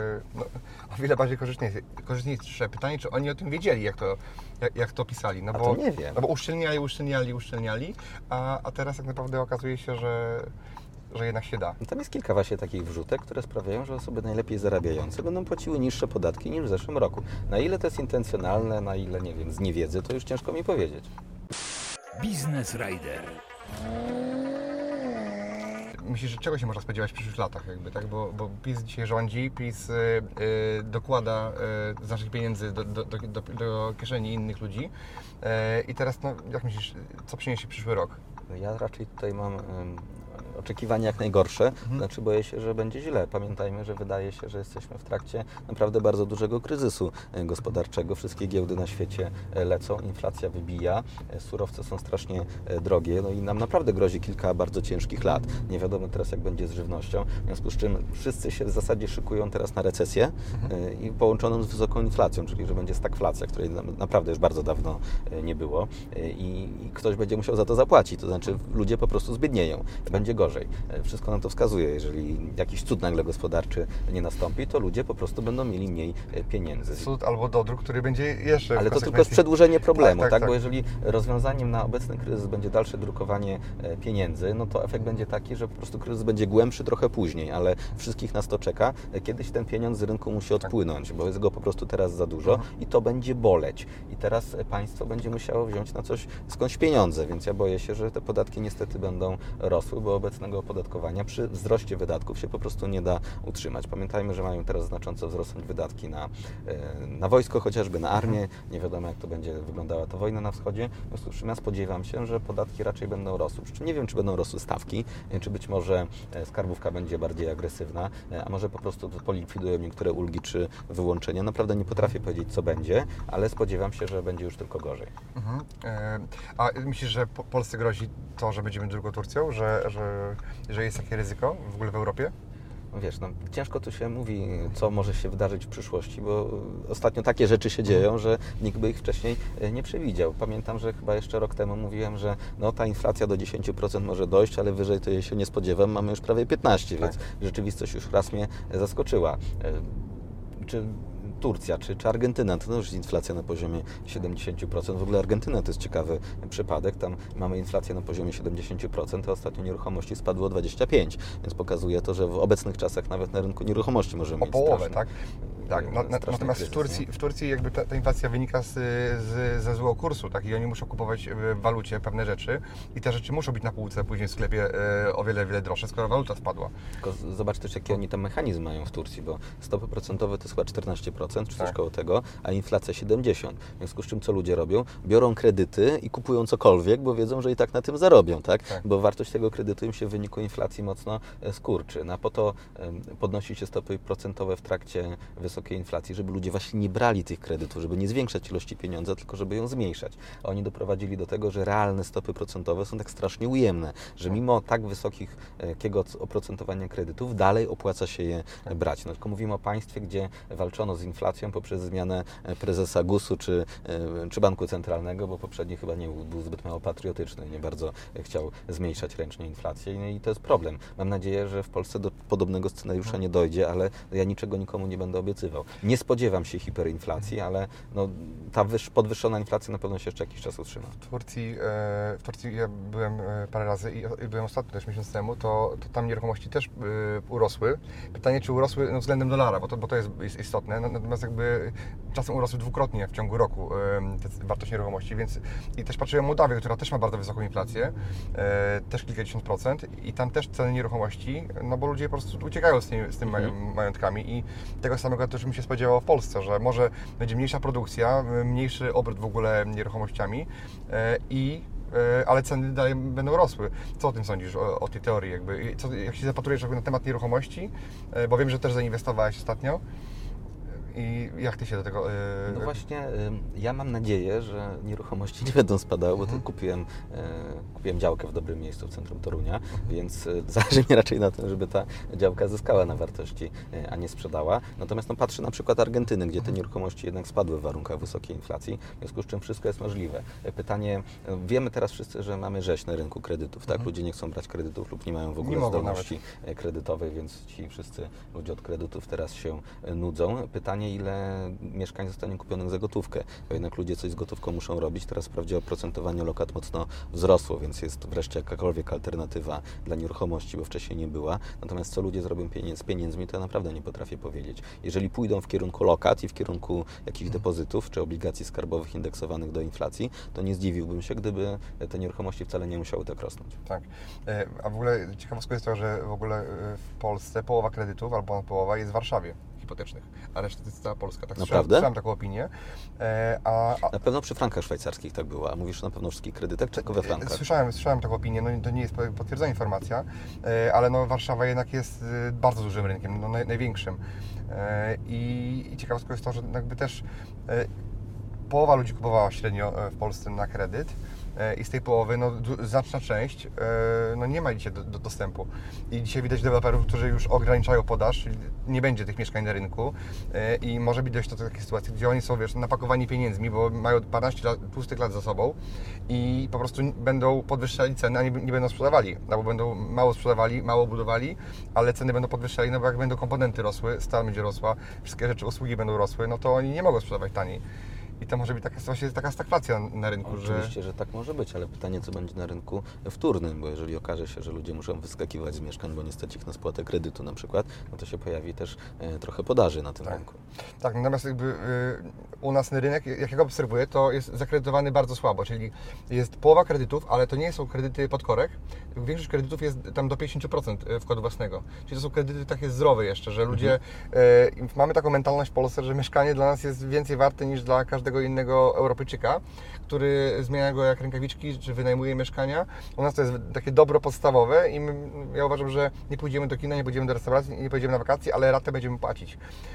Speaker 4: o wiele bardziej korzystniejsze. Pytanie, czy oni o tym wiedzieli, jak to pisali. No bo,
Speaker 2: to nie wiem.
Speaker 4: No bo uszczelniali, a teraz tak naprawdę okazuje się, że jednak się da.
Speaker 2: Tam jest kilka właśnie takich wrzutek, które sprawiają, że osoby najlepiej zarabiające będą płaciły niższe podatki niż w zeszłym roku. Na ile to jest intencjonalne, na ile, nie wiem, z niewiedzy, to już ciężko mi powiedzieć.
Speaker 3: Biznes Rider.
Speaker 4: Myślisz, że czego się można spodziewać w przyszłych latach, jakby, tak? Bo PiS dzisiaj rządzi, PiS dokłada znacznych pieniędzy do kieszeni innych ludzi. I teraz, no, jak myślisz, co przyniesie przyszły rok?
Speaker 2: Ja raczej tutaj mam oczekiwania jak najgorsze, znaczy boję się, że będzie źle. Pamiętajmy, że wydaje się, że jesteśmy w trakcie naprawdę bardzo dużego kryzysu gospodarczego. Wszystkie giełdy na świecie lecą, inflacja wybija, surowce są strasznie drogie, no i nam naprawdę grozi kilka bardzo ciężkich lat. Nie wiadomo teraz, jak będzie z żywnością, w związku z czym wszyscy się w zasadzie szykują teraz na recesję i połączoną z wysoką inflacją, czyli że będzie stagflacja, której naprawdę już bardzo dawno nie było i ktoś będzie musiał za to zapłacić, to znaczy ludzie po prostu zbiednieją, będzie gorzej. Wszystko na to wskazuje. Jeżeli jakiś cud nagle gospodarczy nie nastąpi, to ludzie po prostu będą mieli mniej pieniędzy.
Speaker 4: Cud albo dodruk, który będzie jeszcze...
Speaker 2: Ale to tylko jest przedłużenie problemu, tak?
Speaker 4: Tak.
Speaker 2: Bo jeżeli rozwiązaniem na obecny kryzys będzie dalsze drukowanie pieniędzy, no to efekt będzie taki, że po prostu kryzys będzie głębszy trochę później, ale wszystkich nas to czeka. Kiedyś ten pieniądz z rynku musi odpłynąć, bo jest go po prostu teraz za dużo i to będzie boleć. I teraz państwo będzie musiało wziąć na coś skądś pieniądze, więc ja boję się, że te podatki niestety będą rosły, bo obecnego opodatkowania przy wzroście wydatków się po prostu nie da utrzymać. Pamiętajmy, że mają teraz znacząco wzrosnąć wydatki na wojsko, chociażby na armię. Nie wiadomo, jak to będzie wyglądała ta wojna na wschodzie. W związku z czym ja spodziewam się, że podatki raczej będą rosły. Przy czym nie wiem, czy będą rosły stawki, czy być może skarbówka będzie bardziej agresywna, a może po prostu polikwidują niektóre ulgi czy wyłączenia. Naprawdę nie potrafię powiedzieć, co będzie, ale spodziewam się, że będzie już tylko gorzej.
Speaker 4: A myślisz, że Polsce grozi to, że będziemy drugą Turcją? Że jest takie ryzyko w ogóle w Europie?
Speaker 2: Wiesz, no, ciężko tu się mówi, co może się wydarzyć w przyszłości, bo ostatnio takie rzeczy się dzieją, że nikt by ich wcześniej nie przewidział. Pamiętam, że chyba jeszcze rok temu mówiłem, że no, ta inflacja do 10% może dojść, ale wyżej to jej się nie spodziewam. Mamy już prawie 15%, więc rzeczywistość już raz mnie zaskoczyła. Czy Turcja, czy Argentyna, to już jest inflacja na poziomie 70%. W ogóle Argentyna to jest ciekawy przypadek. Tam mamy inflację na poziomie 70%, a ostatnio nieruchomości spadły o 25%. Więc pokazuje to, że w obecnych czasach nawet na rynku nieruchomości możemy mieć
Speaker 4: połowę, tak? Natomiast
Speaker 2: kryzys,
Speaker 4: w Turcji jakby ta inflacja wynika ze złego kursu, tak? I oni muszą kupować w walucie pewne rzeczy i te rzeczy muszą być na półce później w sklepie o wiele, wiele droższe, skoro waluta spadła.
Speaker 2: Tylko zobacz też, jaki oni tam mechanizm mają w Turcji, bo stopy procentowe to jest chyba 14%, czy coś koło tego, a inflacja 70%. W związku z czym co ludzie robią? Biorą kredyty i kupują cokolwiek, bo wiedzą, że i tak na tym zarobią, tak? Bo wartość tego kredytu im się w wyniku inflacji mocno skurczy. No a po to podnosi się stopy procentowe w trakcie wysokich wysokiej inflacji, żeby ludzie właśnie nie brali tych kredytów, żeby nie zwiększać ilości pieniądza, tylko żeby ją zmniejszać. A oni doprowadzili do tego, że realne stopy procentowe są tak strasznie ujemne, że mimo tak wysokiego oprocentowania kredytów dalej opłaca się je brać. No, tylko mówimy o państwie, gdzie walczono z inflacją poprzez zmianę prezesa GUS-u czy Banku Centralnego, bo poprzedni chyba nie był zbyt mało patriotyczny, nie bardzo chciał zmniejszać ręcznie inflację i to jest problem. Mam nadzieję, że w Polsce do podobnego scenariusza nie dojdzie, ale ja niczego nikomu nie będę obiecywał. Nie spodziewam się hiperinflacji, ale no, ta podwyższona inflacja na pewno się jeszcze jakiś czas utrzyma.
Speaker 4: W Turcji ja byłem parę razy i byłem ostatnio też miesiąc temu, to tam nieruchomości też urosły. Pytanie, czy urosły względem dolara, bo to jest istotne, natomiast jakby czasem urosły dwukrotnie w ciągu roku wartość nieruchomości, więc i też patrzyłem Mołdawię, która też ma bardzo wysoką inflację, też kilkadziesiąt procent i tam też ceny nieruchomości, no bo ludzie po prostu uciekają z tym majątkami i tego samego też bym się spodziewał w Polsce, że może będzie mniejsza produkcja, mniejszy obrót w ogóle nieruchomościami ale ceny dalej będą rosły. Co o tym sądzisz, o tej teorii? Jak się zapatrujesz na temat nieruchomości, bo wiem, że też zainwestowałeś ostatnio. I jak Ty się do tego...
Speaker 2: No właśnie, ja mam nadzieję, że nieruchomości nie będą spadały, bo tu kupiłem działkę w dobrym miejscu w centrum Torunia, więc zależy mi raczej na tym, żeby ta działka zyskała na wartości, a nie sprzedała. Natomiast patrzę na przykład Argentyny, gdzie te nieruchomości jednak spadły w warunkach wysokiej inflacji, w związku z czym wszystko jest możliwe. Pytanie, wiemy teraz wszyscy, że mamy rzeź na rynku kredytów, tak? Ludzie nie chcą brać kredytów lub nie mają w ogóle zdolności kredytowej, więc ci wszyscy ludzie od kredytów teraz się nudzą. Pytanie, ile mieszkań zostanie kupionych za gotówkę, bo jednak ludzie coś z gotówką muszą robić. Teraz wprawdzie oprocentowanie lokat mocno wzrosło, więc jest wreszcie jakakolwiek alternatywa dla nieruchomości, bo wcześniej nie była. Natomiast co ludzie zrobią z pieniędzmi, to ja naprawdę nie potrafię powiedzieć. Jeżeli pójdą w kierunku lokat i w kierunku jakichś depozytów czy obligacji skarbowych indeksowanych do inflacji, to nie zdziwiłbym się, gdyby te nieruchomości wcale nie musiały tak rosnąć.
Speaker 4: Tak. A w ogóle ciekawostką jest to, że w ogóle w Polsce połowa kredytów, albo ponad połowa jest w Warszawie hipotecznych, a reszta to jest cała Polska. Tak, słyszałem taką opinię.
Speaker 2: Na pewno przy frankach szwajcarskich tak było, a mówisz na pewno o wszystkich kredytach, czy tylko we frankach?
Speaker 4: Słyszałem taką opinię, no to nie jest potwierdzona informacja, ale Warszawa jednak jest bardzo dużym rynkiem, największym. I ciekawostką jest to, że jakby też połowa ludzi kupowała średnio w Polsce na kredyt, i z tej połowy znaczna część nie ma dzisiaj dostępu. I dzisiaj widać deweloperów, którzy już ograniczają podaż, czyli nie będzie tych mieszkań na rynku i może być dojść do takiej sytuacji, gdzie oni są napakowani pieniędzmi, bo mają 12 tłustych lat za sobą i po prostu będą podwyższali ceny, a nie będą sprzedawali, bo będą mało sprzedawali, mało budowali, ale ceny będą podwyższali, bo jak będą komponenty rosły, stal będzie rosła, wszystkie rzeczy, usługi będą rosły, no to oni nie mogą sprzedawać taniej. I to może być taka stagflacja na rynku.
Speaker 2: Oczywiście, że tak może być, ale pytanie, co będzie na rynku wtórnym, bo jeżeli okaże się, że ludzie muszą wyskakiwać z mieszkań, bo nie stać ich na spłatę kredytu na przykład, no to się pojawi też trochę podaży na tym rynku.
Speaker 4: Tak, natomiast u nas rynek, jak ja obserwuję, to jest zakredytowany bardzo słabo, czyli jest połowa kredytów, ale to nie są kredyty pod korek, większość kredytów jest tam do 50% wkładu własnego, czyli to są kredyty takie zdrowe jeszcze, że ludzie, mamy taką mentalność w Polsce, że mieszkanie dla nas jest więcej warte niż dla każdego innego Europejczyka, który zmienia go jak rękawiczki, czy wynajmuje mieszkania. U nas to jest takie dobro podstawowe i ja uważam, że nie pójdziemy do kina, nie pójdziemy do restauracji, nie pojedziemy na wakacje, ale ratę będziemy płacić.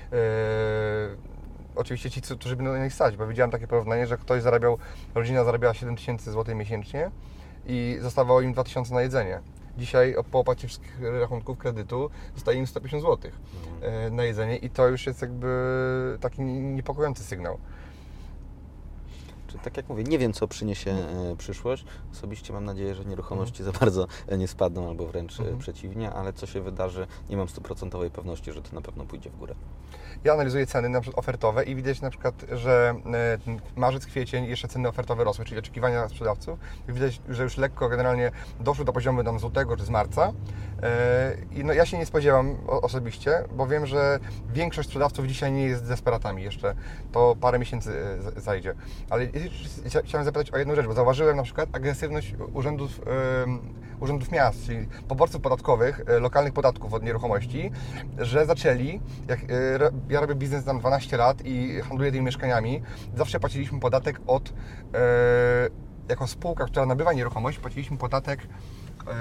Speaker 4: Oczywiście ci, którzy będą na nich stać, bo widziałem takie porównanie, że rodzina zarabiała 7 000 złotych miesięcznie i zostawało im 2 000 na jedzenie. Dzisiaj po opłacie wszystkich rachunków kredytu zostaje im 150 zł na jedzenie i to już jest jakby taki niepokojący sygnał.
Speaker 2: Tak jak mówię, nie wiem, co przyniesie przyszłość. Osobiście mam nadzieję, że nieruchomości za bardzo nie spadną, albo wręcz przeciwnie, ale co się wydarzy, nie mam 100% pewności, że to na pewno pójdzie w górę.
Speaker 4: Ja analizuję ceny na przykład ofertowe i widać na przykład, że marzec, kwiecień jeszcze ceny ofertowe rosły, czyli oczekiwania sprzedawców. Widać, że już lekko generalnie doszły do poziomu tam z lutego czy z marca. I ja się nie spodziewam osobiście, bo wiem, że większość sprzedawców dzisiaj nie jest desperatami jeszcze. To parę miesięcy zajdzie. Ale chciałem zapytać o jedną rzecz, bo zauważyłem na przykład agresywność urzędów miast, czyli poborców podatkowych, lokalnych podatków od nieruchomości, że zaczęli, ja robię biznes tam 12 lat i handluję tymi mieszkaniami, zawsze płaciliśmy podatek jako spółka, która nabywa nieruchomość, płaciliśmy podatek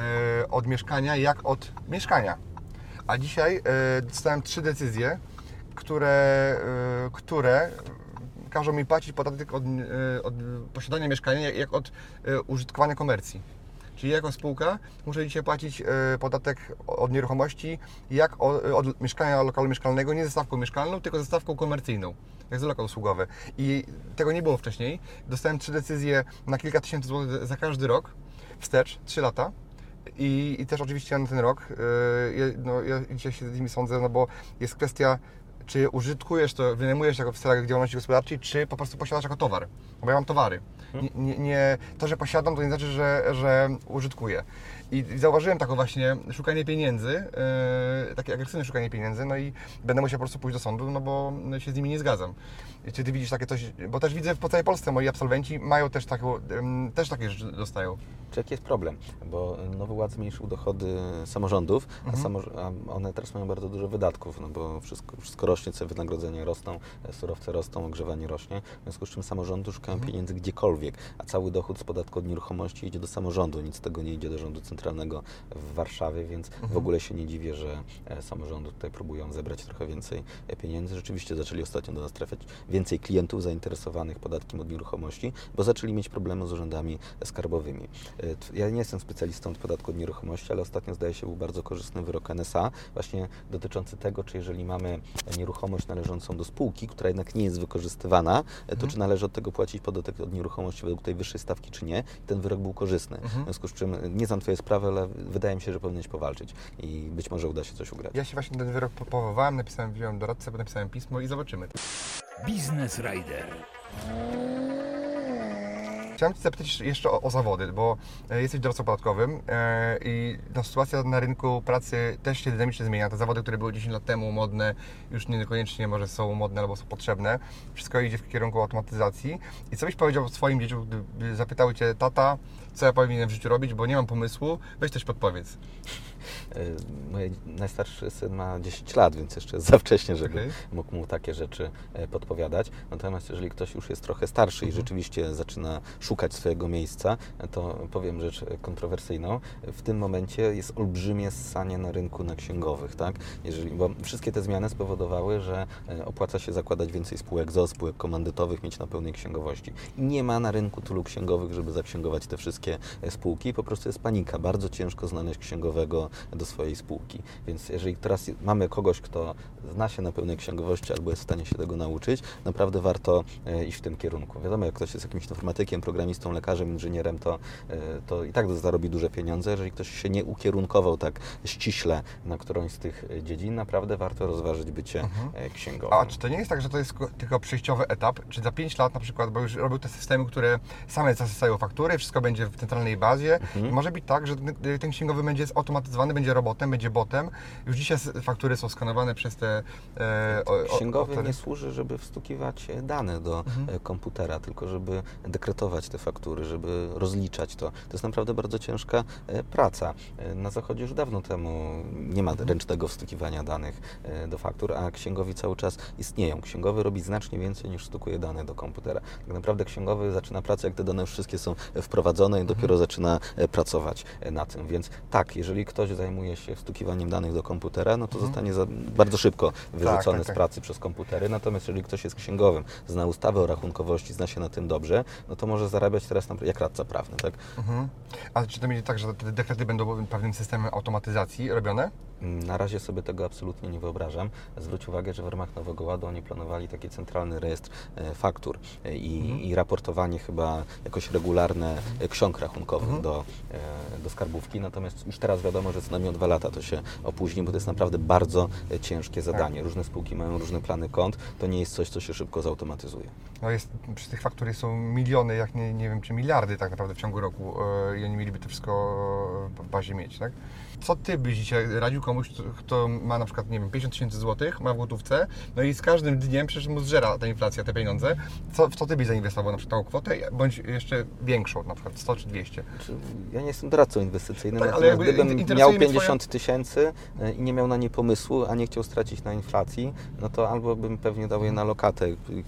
Speaker 4: od mieszkania jak od mieszkania. A dzisiaj dostałem 3 decyzje, które każą mi płacić podatek od posiadania mieszkania jak od użytkowania komercji. Czyli jako spółka muszę dzisiaj płacić podatek od nieruchomości jak od mieszkania lokalu mieszkalnego, nie ze stawką mieszkalną, tylko ze stawką komercyjną, jak za lokal usługowy. I tego nie było wcześniej. Dostałem 3 decyzje na kilka tysięcy złotych za każdy rok, wstecz, 3 lata. I też oczywiście na ten rok, ja dzisiaj się z nimi sądzę, no bo jest kwestia, czy użytkujesz to, wynajmujesz jako w celach działalności gospodarczej, czy po prostu posiadasz jako towar. Bo ja mam towary. To, że posiadam, to nie znaczy, że użytkuję. I zauważyłem takie właśnie szukanie pieniędzy, takie agresywne szukanie pieniędzy, no i będę musiał po prostu pójść do sądu, no bo się z nimi nie zgadzam. Czy Ty widzisz takie coś, bo też widzę po całej Polsce, moi absolwenci mają też takie rzeczy dostają.
Speaker 2: Czy jaki jest problem? Bo Nowy Ład zmniejszył dochody samorządów, a one teraz mają bardzo dużo wydatków, no bo wszystko rośnie, ceny wynagrodzenia rosną, surowce rosną, ogrzewanie rośnie, w związku z czym samorządy szukają pieniędzy gdziekolwiek, a cały dochód z podatku od nieruchomości idzie do samorządu, nic z tego nie idzie do rządu centralnego w Warszawie, więc w ogóle się nie dziwię, że samorządy tutaj próbują zebrać trochę więcej pieniędzy. Rzeczywiście zaczęli ostatnio do nas trafiać więcej klientów zainteresowanych podatkiem od nieruchomości, bo zaczęli mieć problemy z urzędami skarbowymi. Ja nie jestem specjalistą od podatku od nieruchomości, ale ostatnio zdaje się był bardzo korzystny wyrok NSA, właśnie dotyczący tego, czy jeżeli mamy nieruchomość należącą do spółki, która jednak nie jest wykorzystywana, to czy należy od tego płacić podatek od nieruchomości według tej wyższej stawki, czy nie. Ten wyrok był korzystny. W związku z czym nie znam Twojej sprawy, ale wydaje mi się, że powinieneś powalczyć i być może uda się coś ugrać.
Speaker 4: Ja się właśnie ten wyrok powołałem, wziąłem doradcę, potem napisałem pismo i zobaczymy.
Speaker 3: Biznes Rider.
Speaker 4: Chciałem Cię zapytać jeszcze o zawody, bo jesteś doradcą podatkowym i sytuacja na rynku pracy też się dynamicznie zmienia. Te zawody, które były 10 lat temu modne, już niekoniecznie może są modne albo są potrzebne. Wszystko idzie w kierunku automatyzacji. I co byś powiedział swoim dzieciom, gdyby zapytały Cię: tata, co ja powinienem w życiu robić, bo nie mam pomysłu, weź coś podpowiedz.
Speaker 2: Mój najstarszy syn ma 10 lat, więc jeszcze jest za wcześnie, żeby mógł mu takie rzeczy podpowiadać. Natomiast jeżeli ktoś już jest trochę starszy i rzeczywiście zaczyna szukać swojego miejsca, to powiem rzecz kontrowersyjną. W tym momencie jest olbrzymie ssanie na rynku na księgowych, tak? Bo wszystkie te zmiany spowodowały, że opłaca się zakładać więcej spółek ZOO, spółek komandytowych, mieć na pełnej księgowości. I nie ma na rynku tylu księgowych, żeby zaksięgować te wszystkie spółki. Po prostu jest panika. Bardzo ciężko znaleźć księgowego do swojej spółki. Więc jeżeli teraz mamy kogoś, kto zna się na pełnej księgowości albo jest w stanie się tego nauczyć, naprawdę warto iść w tym kierunku. Wiadomo, jak ktoś jest jakimś informatykiem, programistą, lekarzem, inżynierem, to i tak zarobi duże pieniądze. Jeżeli ktoś się nie ukierunkował tak ściśle na którąś z tych dziedzin, naprawdę warto rozważyć bycie księgowym.
Speaker 4: A czy to nie jest tak, że to jest tylko przejściowy etap? Czy za 5 lat na przykład, bo już robią te systemy, które same zasysają faktury, wszystko będzie w centralnej bazie. Może być tak, że ten księgowy będzie zautomatyzowany, będzie robotem, będzie botem. Już dzisiaj faktury są skanowane przez te...
Speaker 2: Księgowy nie służy, żeby wstukiwać dane do komputera, tylko żeby dekretować te faktury, żeby rozliczać to. To jest naprawdę bardzo ciężka praca. Na Zachodzie już dawno temu nie ma ręcznego wstukiwania danych do faktur, a księgowi cały czas istnieją. Księgowy robi znacznie więcej niż wstukuje dane do komputera. Tak naprawdę księgowy zaczyna pracę, jak te dane wszystkie są wprowadzone i dopiero zaczyna pracować na tym. Więc tak, jeżeli ktoś zajmuje się wstukiwaniem danych do komputera, no to zostanie bardzo szybko wyrzucony z pracy przez komputery. Natomiast jeżeli ktoś jest księgowym, zna ustawę o rachunkowości, zna się na tym dobrze, no to może zarabiać teraz jak radca prawny, tak?
Speaker 4: A czy to będzie tak, że te dekrety będą pewnym systemem automatyzacji robione?
Speaker 2: Na razie sobie tego absolutnie nie wyobrażam. Zwróć uwagę, że w ramach Nowego Ładu oni planowali taki centralny rejestr faktur i raportowanie chyba jakoś regularne ksiąg rachunkowych do skarbówki. Natomiast już teraz wiadomo, że co najmniej o 2 lata to się opóźni, bo to jest naprawdę bardzo ciężkie zadanie. Różne spółki mają różne plany kont. To nie jest coś, co się szybko zautomatyzuje.
Speaker 4: No przy tych faktur są miliony, jak nie wiem, czy miliardy tak naprawdę w ciągu roku i oni mieliby to wszystko w bazie mieć, tak? Co Ty byś dzisiaj radził komuś, kto ma na przykład, nie wiem, 50 000 złotych, ma w gotówce, no i z każdym dniem przecież mu zżera ta inflacja, te pieniądze. W co Ty byś zainwestował na przykład tą kwotę, bądź jeszcze większą, na przykład 100 czy 200?
Speaker 2: Ja nie jestem doradcą inwestycyjnym,
Speaker 4: tak,
Speaker 2: natomiast gdybym miał 50 000 i nie miał na nie pomysłu, a nie chciał stracić na inflacji, no to albo bym pewnie dał je na lokatę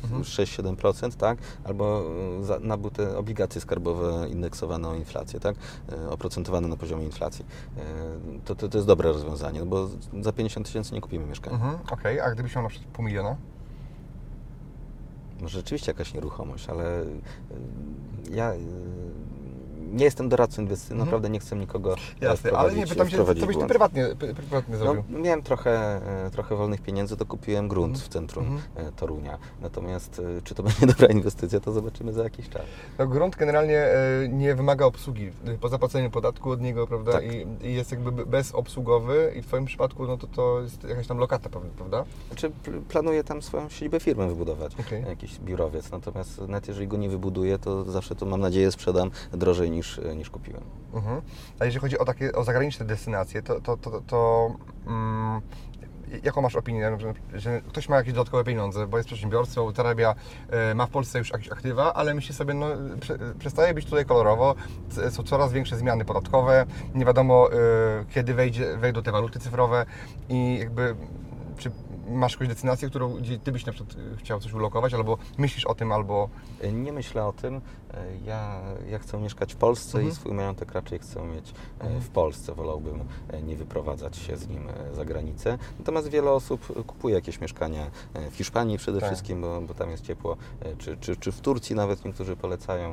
Speaker 2: 6-7%, tak? Albo nabył te obligacje skarbowe indeksowane o inflację, tak? Oprocentowane na poziomie inflacji. To jest dobre rozwiązanie. mieszkanie, no bo za 50 000 nie kupimy mieszkania.
Speaker 4: Okej, a gdybyś miał na przykład 500 000?
Speaker 2: Może rzeczywiście jakaś nieruchomość, ale ja nie jestem doradcą inwestycyjnym, naprawdę nie chcę nikogo
Speaker 4: Jasne, ale nie pytam się, co byś ty prywatnie zrobił?
Speaker 2: No, miałem trochę wolnych pieniędzy, to kupiłem grunt w centrum Torunia. Natomiast czy to będzie dobra inwestycja, to zobaczymy za jakiś czas.
Speaker 4: No, grunt generalnie nie wymaga obsługi po zapłaceniu podatku od niego, prawda?
Speaker 2: Tak.
Speaker 4: I jest jakby bezobsługowy i w Twoim przypadku no to jest jakaś tam lokata, prawda?
Speaker 2: Znaczy planuję tam swoją siedzibę firmy wybudować,
Speaker 4: Okej.
Speaker 2: jakiś biurowiec. Natomiast nawet jeżeli go nie wybuduję, to zawsze to mam nadzieję sprzedam drożej niż kupiłem.
Speaker 4: A jeżeli chodzi o zagraniczne destynacje, to jaką masz opinię, że ktoś ma jakieś dodatkowe pieniądze, bo jest przedsiębiorcą, zarabia, ma w Polsce już jakieś aktywa, ale myśli sobie, no przestaje być tutaj kolorowo, są coraz większe zmiany podatkowe, nie wiadomo kiedy wejdą te waluty cyfrowe i jakby czy masz jakąś destynację, gdzie Ty byś na przykład chciał coś ulokować, albo myślisz o tym, albo...
Speaker 2: Nie myślę o tym. Ja chcę mieszkać w Polsce i swój majątek raczej chcę mieć w Polsce. Wolałbym nie wyprowadzać się z nim za granicę. Natomiast wiele osób kupuje jakieś mieszkania w Hiszpanii przede wszystkim, bo tam jest ciepło, czy w Turcji nawet niektórzy polecają.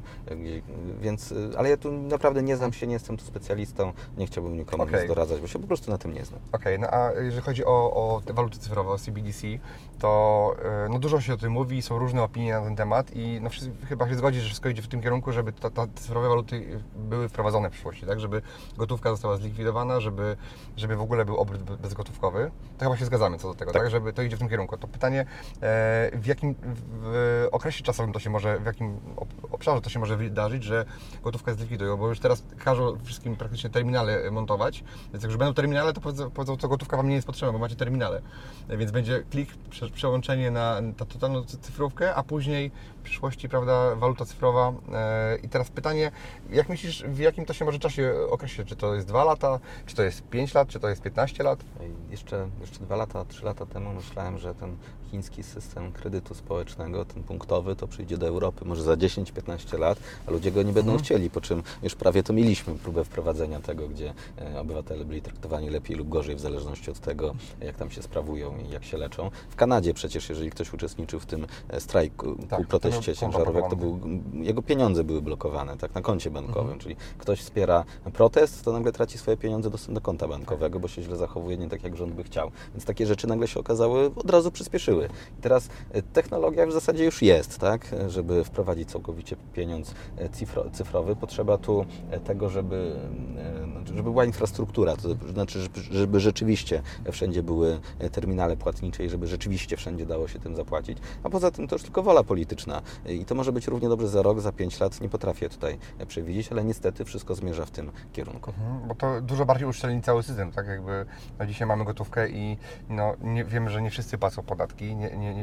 Speaker 2: Więc, ale ja tu naprawdę nie znam się, nie jestem tu specjalistą, nie chciałbym nikomu nic doradzać, bo się po prostu na tym nie znam.
Speaker 4: Okej, no a jeżeli chodzi o te waluty cyfrowe, o CBDC, to no dużo się o tym mówi, są różne opinie na ten temat i no chyba się zgodzisz, że wszystko idzie w tym kierunku, żeby te cyfrowe waluty były wprowadzone w przyszłości, tak? Żeby gotówka została zlikwidowana, żeby w ogóle był obrót bezgotówkowy. To chyba się zgadzamy co do tego, tak? Żeby to idzie w tym kierunku. To pytanie, w jakim okresie czasowym to się może, w jakim obszarze to się może wydarzyć, że gotówkę zlikwidują, bo już teraz każą wszystkim praktycznie terminale montować, więc jak już będą terminale, to powiedzą, to gotówka Wam nie jest potrzebna, bo macie terminale. Więc będzie klik, przełączenie na totalną cyfrówkę, a później w przyszłości, prawda, waluta cyfrowa. I teraz pytanie, jak myślisz, w jakim to się może czasie określić? Czy to jest 2 lata, czy to jest 5 lat, czy to jest 15 lat?
Speaker 2: Jeszcze 2 lata, 3 lata temu myślałem, że ten chiński system kredytu społecznego, ten punktowy, to przyjdzie do Europy może za 10-15 lat, a ludzie go nie będą chcieli, po czym już prawie to mieliśmy próbę wprowadzenia tego, gdzie obywatele byli traktowani lepiej lub gorzej w zależności od tego, jak tam się sprawują i jak się leczą. W Kanadzie przecież, jeżeli ktoś uczestniczył w tym strajku, proteście ciężarówek, to jego pieniądze były blokowane, tak, na koncie bankowym, czyli ktoś wspiera protest, to nagle traci swoje pieniądze dostęp do konta bankowego, bo się źle zachowuje, nie tak jak rząd by chciał. Więc takie rzeczy nagle się okazały, od razu przyspieszyły. I teraz technologia w zasadzie już jest, tak, żeby wprowadzić całkowicie pieniądz cyfrowy. Potrzeba tu tego, żeby była infrastruktura, to znaczy, żeby rzeczywiście wszędzie były terminale płatnicze i żeby rzeczywiście wszędzie dało się tym zapłacić. A poza tym to już tylko wola polityczna. I to może być równie dobrze za rok, za 5 lat. Nie potrafię tutaj przewidzieć, ale niestety wszystko zmierza w tym kierunku.
Speaker 4: Bo to dużo bardziej uszczelni cały system, tak? Jakby no dzisiaj mamy gotówkę i no, wiemy, że nie wszyscy płacą podatki,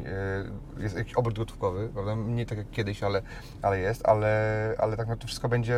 Speaker 4: jest jakiś obrót gotówkowy, prawda? Nie tak jak kiedyś, ale jest, ale tak no to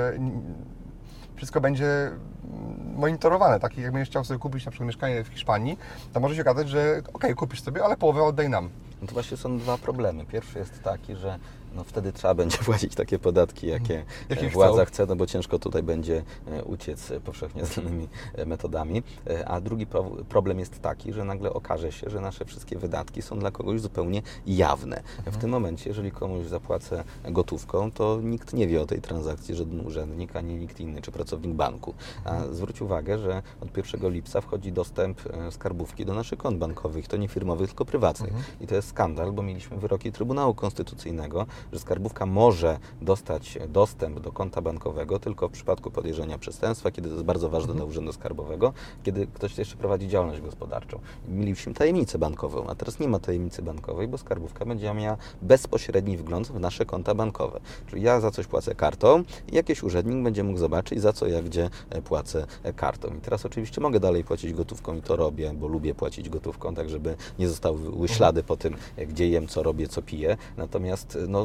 Speaker 4: wszystko będzie monitorowane, tak? I jak będziesz chciał sobie kupić na przykład mieszkanie w Hiszpanii, to może się okazać, że kupisz sobie, ale połowę oddaj nam.
Speaker 2: No to właśnie są 2 problemy. Pierwszy jest taki, że no wtedy trzeba będzie płacić takie podatki, jakie władza chce, no bo ciężko tutaj będzie uciec powszechnie znanymi metodami. A drugi problem jest taki, że nagle okaże się, że nasze wszystkie wydatki są dla kogoś zupełnie jawne. W tym momencie, jeżeli komuś zapłacę gotówką, to nikt nie wie o tej transakcji, żaden urzędnik, ani nikt inny, czy pracownik banku. A zwróć uwagę, że od 1 lipca wchodzi dostęp skarbówki do naszych kont bankowych, to nie firmowych, tylko prywatnych. I to jest skandal, bo mieliśmy wyroki Trybunału Konstytucyjnego, że skarbówka może dostać dostęp do konta bankowego tylko w przypadku podejrzenia przestępstwa, kiedy to jest bardzo ważne dla Urzędu Skarbowego, kiedy ktoś jeszcze prowadzi działalność gospodarczą. Mieliśmy tajemnicę bankową, a teraz nie ma tajemnicy bankowej, bo skarbówka będzie miała bezpośredni wgląd w nasze konta bankowe. Czyli ja za coś płacę kartą i jakiś urzędnik będzie mógł zobaczyć, za co ja gdzie płacę kartą. I teraz oczywiście mogę dalej płacić gotówką i to robię, bo lubię płacić gotówką, tak żeby nie zostały ślady po tym, gdzie jem, co robię, co piję. Natomiast no,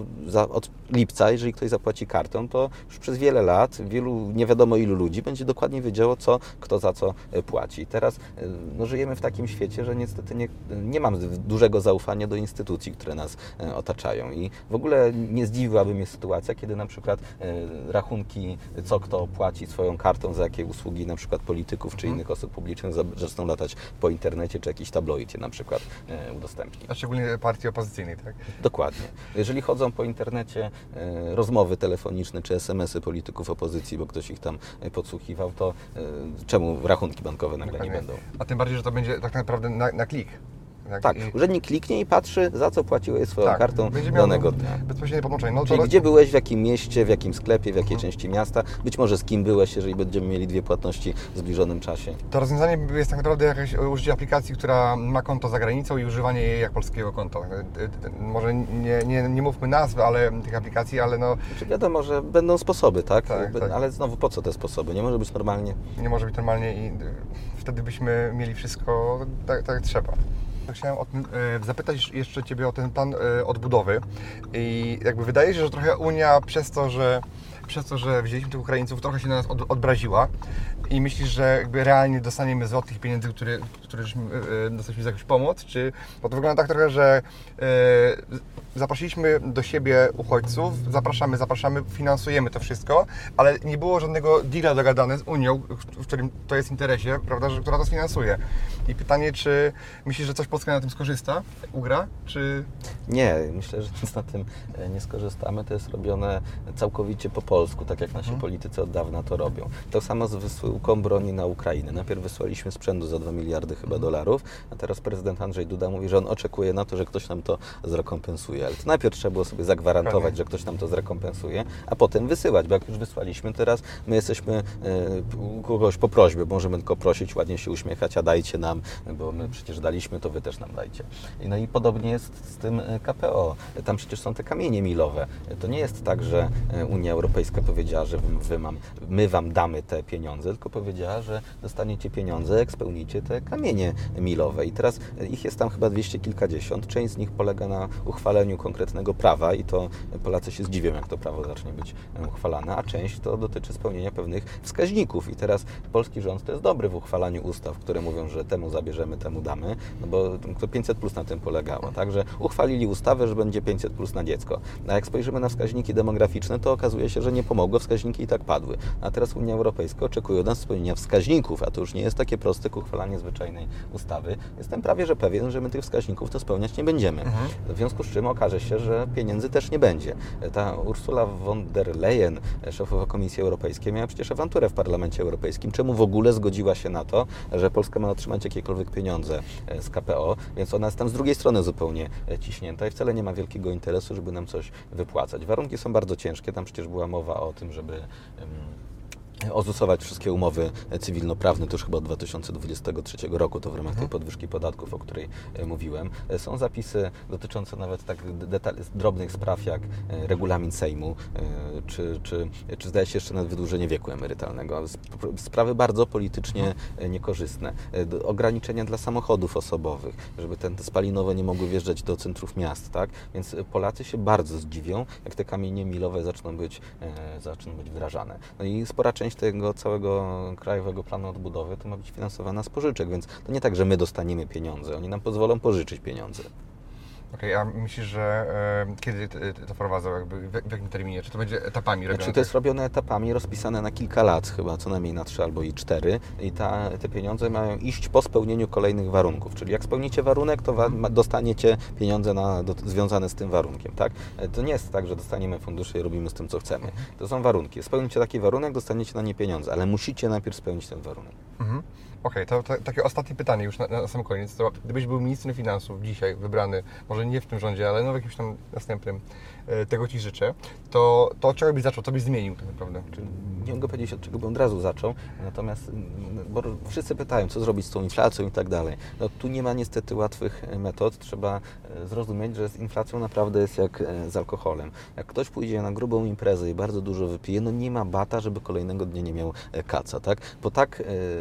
Speaker 2: od lipca, jeżeli ktoś zapłaci kartą, to już przez wiele lat, nie wiadomo ilu ludzi będzie dokładnie wiedziało, kto za co płaci. I teraz żyjemy w takim świecie, że niestety nie mam dużego zaufania do instytucji, które nas otaczają. I w ogóle nie zdziwiłaby mnie sytuacja, kiedy na przykład rachunki, co kto płaci swoją kartą, za jakie usługi na przykład polityków czy innych osób publicznych zaczną latać po internecie, czy jakiś tabloid je na przykład udostępni.
Speaker 4: A szczególnie partii opozycyjnej, tak?
Speaker 2: Dokładnie. Jeżeli chodzą po internecie rozmowy telefoniczne czy SMS-y polityków opozycji, bo ktoś ich tam podsłuchiwał, to czemu rachunki bankowe nagle nie będą?
Speaker 4: A tym bardziej, że to będzie tak naprawdę na klik.
Speaker 2: Tak, urzędnik kliknie i patrzy, za co płaciłeś swoją kartą danego dnia.
Speaker 4: Bezpośrednie podłączenie.
Speaker 2: Czyli gdzie byłeś, w jakim mieście, w jakim sklepie, w jakiej części miasta, być może z kim byłeś, jeżeli będziemy mieli 2 płatności w zbliżonym czasie.
Speaker 4: To rozwiązanie jest tak naprawdę jakieś użycie aplikacji, która ma konto za granicą i używanie jej jak polskiego konta. Może nie mówmy nazwy, ale tych aplikacji, ale no...
Speaker 2: Znaczy wiadomo, że będą sposoby, tak?
Speaker 4: Tak.
Speaker 2: Ale znowu po co te sposoby? Nie może być normalnie?
Speaker 4: Nie może być normalnie i wtedy byśmy mieli wszystko tak jak trzeba. Chciałem zapytać jeszcze Ciebie o ten plan odbudowy i jakby wydaje się, że trochę Unia przez to, że wzięliśmy tych Ukraińców, trochę się na nas odbraziła i myślisz, że jakby realnie dostaniemy zwrot tych pieniędzy, które dostaliśmy za jakąś pomoc, czy bo to wygląda tak trochę, że zaprosiliśmy do siebie uchodźców, zapraszamy, finansujemy to wszystko, ale nie było żadnego deala dogadane z Unią, w którym to jest w interesie, prawda, która to sfinansuje. I pytanie, czy myślisz, że coś Polska na tym skorzysta, ugra, czy...
Speaker 2: Nie, myślę, że nic na tym nie skorzystamy. To jest robione całkowicie po polsku, tak jak nasi politycy od dawna to robią. To samo z wysyłką broni na Ukrainę. Najpierw wysłaliśmy sprzętu za 2 miliardy chyba dolarów, a teraz prezydent Andrzej Duda mówi, że on oczekuje na to, że ktoś nam to zrekompensuje. Ale to najpierw trzeba było sobie zagwarantować, że ktoś nam to zrekompensuje, a potem wysyłać, bo jak już wysłaliśmy, teraz my jesteśmy u kogoś po prośbie, możemy tylko prosić, ładnie się uśmiechać, a dajcie nam, bo my przecież daliśmy, to wy też nam dajcie. No i podobnie jest z tym KPO. Tam przecież są te kamienie milowe. To nie jest tak, że Unia Europejska powiedziała, że my wam damy te pieniądze, tylko powiedziała, że dostaniecie pieniądze, jak spełnicie te kamienie milowe. I teraz ich jest tam chyba 200 kilkadziesiąt. Część z nich polega na uchwaleniu konkretnego prawa i to Polacy się zdziwią, jak to prawo zacznie być uchwalane, a część to dotyczy spełnienia pewnych wskaźników. I teraz polski rząd to jest dobry w uchwalaniu ustaw, które mówią, że temu zabierzemy, temu damy, no bo to 500+ na tym polegało, tak, że uchwalili ustawę, że będzie 500+ na dziecko. A jak spojrzymy na wskaźniki demograficzne, to okazuje się, że nie pomogło, wskaźniki i tak padły. A teraz Unia Europejska oczekuje od nas spełnienia wskaźników, a to już nie jest takie proste jak uchwalanie zwyczajnej ustawy. Jestem prawie że pewien, że my tych wskaźników to spełniać nie będziemy. W związku z czym okaże się, że pieniędzy też nie będzie. Ta Ursula von der Leyen, szefowa Komisji Europejskiej, miała przecież awanturę w Parlamencie Europejskim. Czemu w ogóle zgodziła się na to, że Polska ma otrzymać jakiekolwiek pieniądze z KPO, więc ona jest tam z drugiej strony zupełnie ciśnięta i wcale nie ma wielkiego interesu, żeby nam coś wypłacać. Warunki są bardzo ciężkie, tam przecież była mowa o tym, żeby ozusować wszystkie umowy cywilnoprawne, to już chyba od 2023 roku, to w ramach tej podwyżki podatków, o której mówiłem. Są zapisy dotyczące nawet tak drobnych spraw jak regulamin Sejmu, czy zdaje się jeszcze nawet wydłużenie wieku emerytalnego. Sprawy bardzo politycznie niekorzystne. Ograniczenia dla samochodów osobowych, żeby te spalinowe nie mogły wjeżdżać do centrów miast, tak? Więc Polacy się bardzo zdziwią, jak te kamienie milowe zaczną być wdrażane. No i spora część tego całego Krajowego Planu Odbudowy to ma być finansowana z pożyczek, więc to nie tak, że my dostaniemy pieniądze, oni nam pozwolą pożyczyć pieniądze.
Speaker 4: Okej, a myślisz, że kiedy to wprowadzą, jakby w jakim terminie? Czy to będzie etapami robione?
Speaker 2: Znaczy, to jest robione etapami, rozpisane na kilka lat, chyba co najmniej na 3 albo i 4 i te pieniądze mają iść po spełnieniu kolejnych warunków, czyli jak spełnicie warunek, to dostaniecie pieniądze związane z tym warunkiem, tak? To nie jest tak, że dostaniemy fundusze i robimy z tym, co chcemy. To są warunki. Spełnicie taki warunek, dostaniecie na nie pieniądze, ale musicie najpierw spełnić ten warunek.
Speaker 4: Okej, to takie ostatnie pytanie już na sam koniec. To gdybyś był ministrem finansów dzisiaj wybrany, może nie w tym rządzie, ale no w jakimś tam następnym, tego Ci życzę, to od czego byś zaczął, co byś zmienił tak naprawdę?
Speaker 2: Nie mogę powiedzieć, od czego bym od razu zaczął, natomiast bo wszyscy pytają, co zrobić z tą inflacją i tak dalej. No, tu nie ma niestety łatwych metod. Trzeba zrozumieć, że z inflacją naprawdę jest jak z alkoholem. Jak ktoś pójdzie na grubą imprezę i bardzo dużo wypije, no nie ma bata, żeby kolejnego dnia nie miał kaca, tak? Bo tak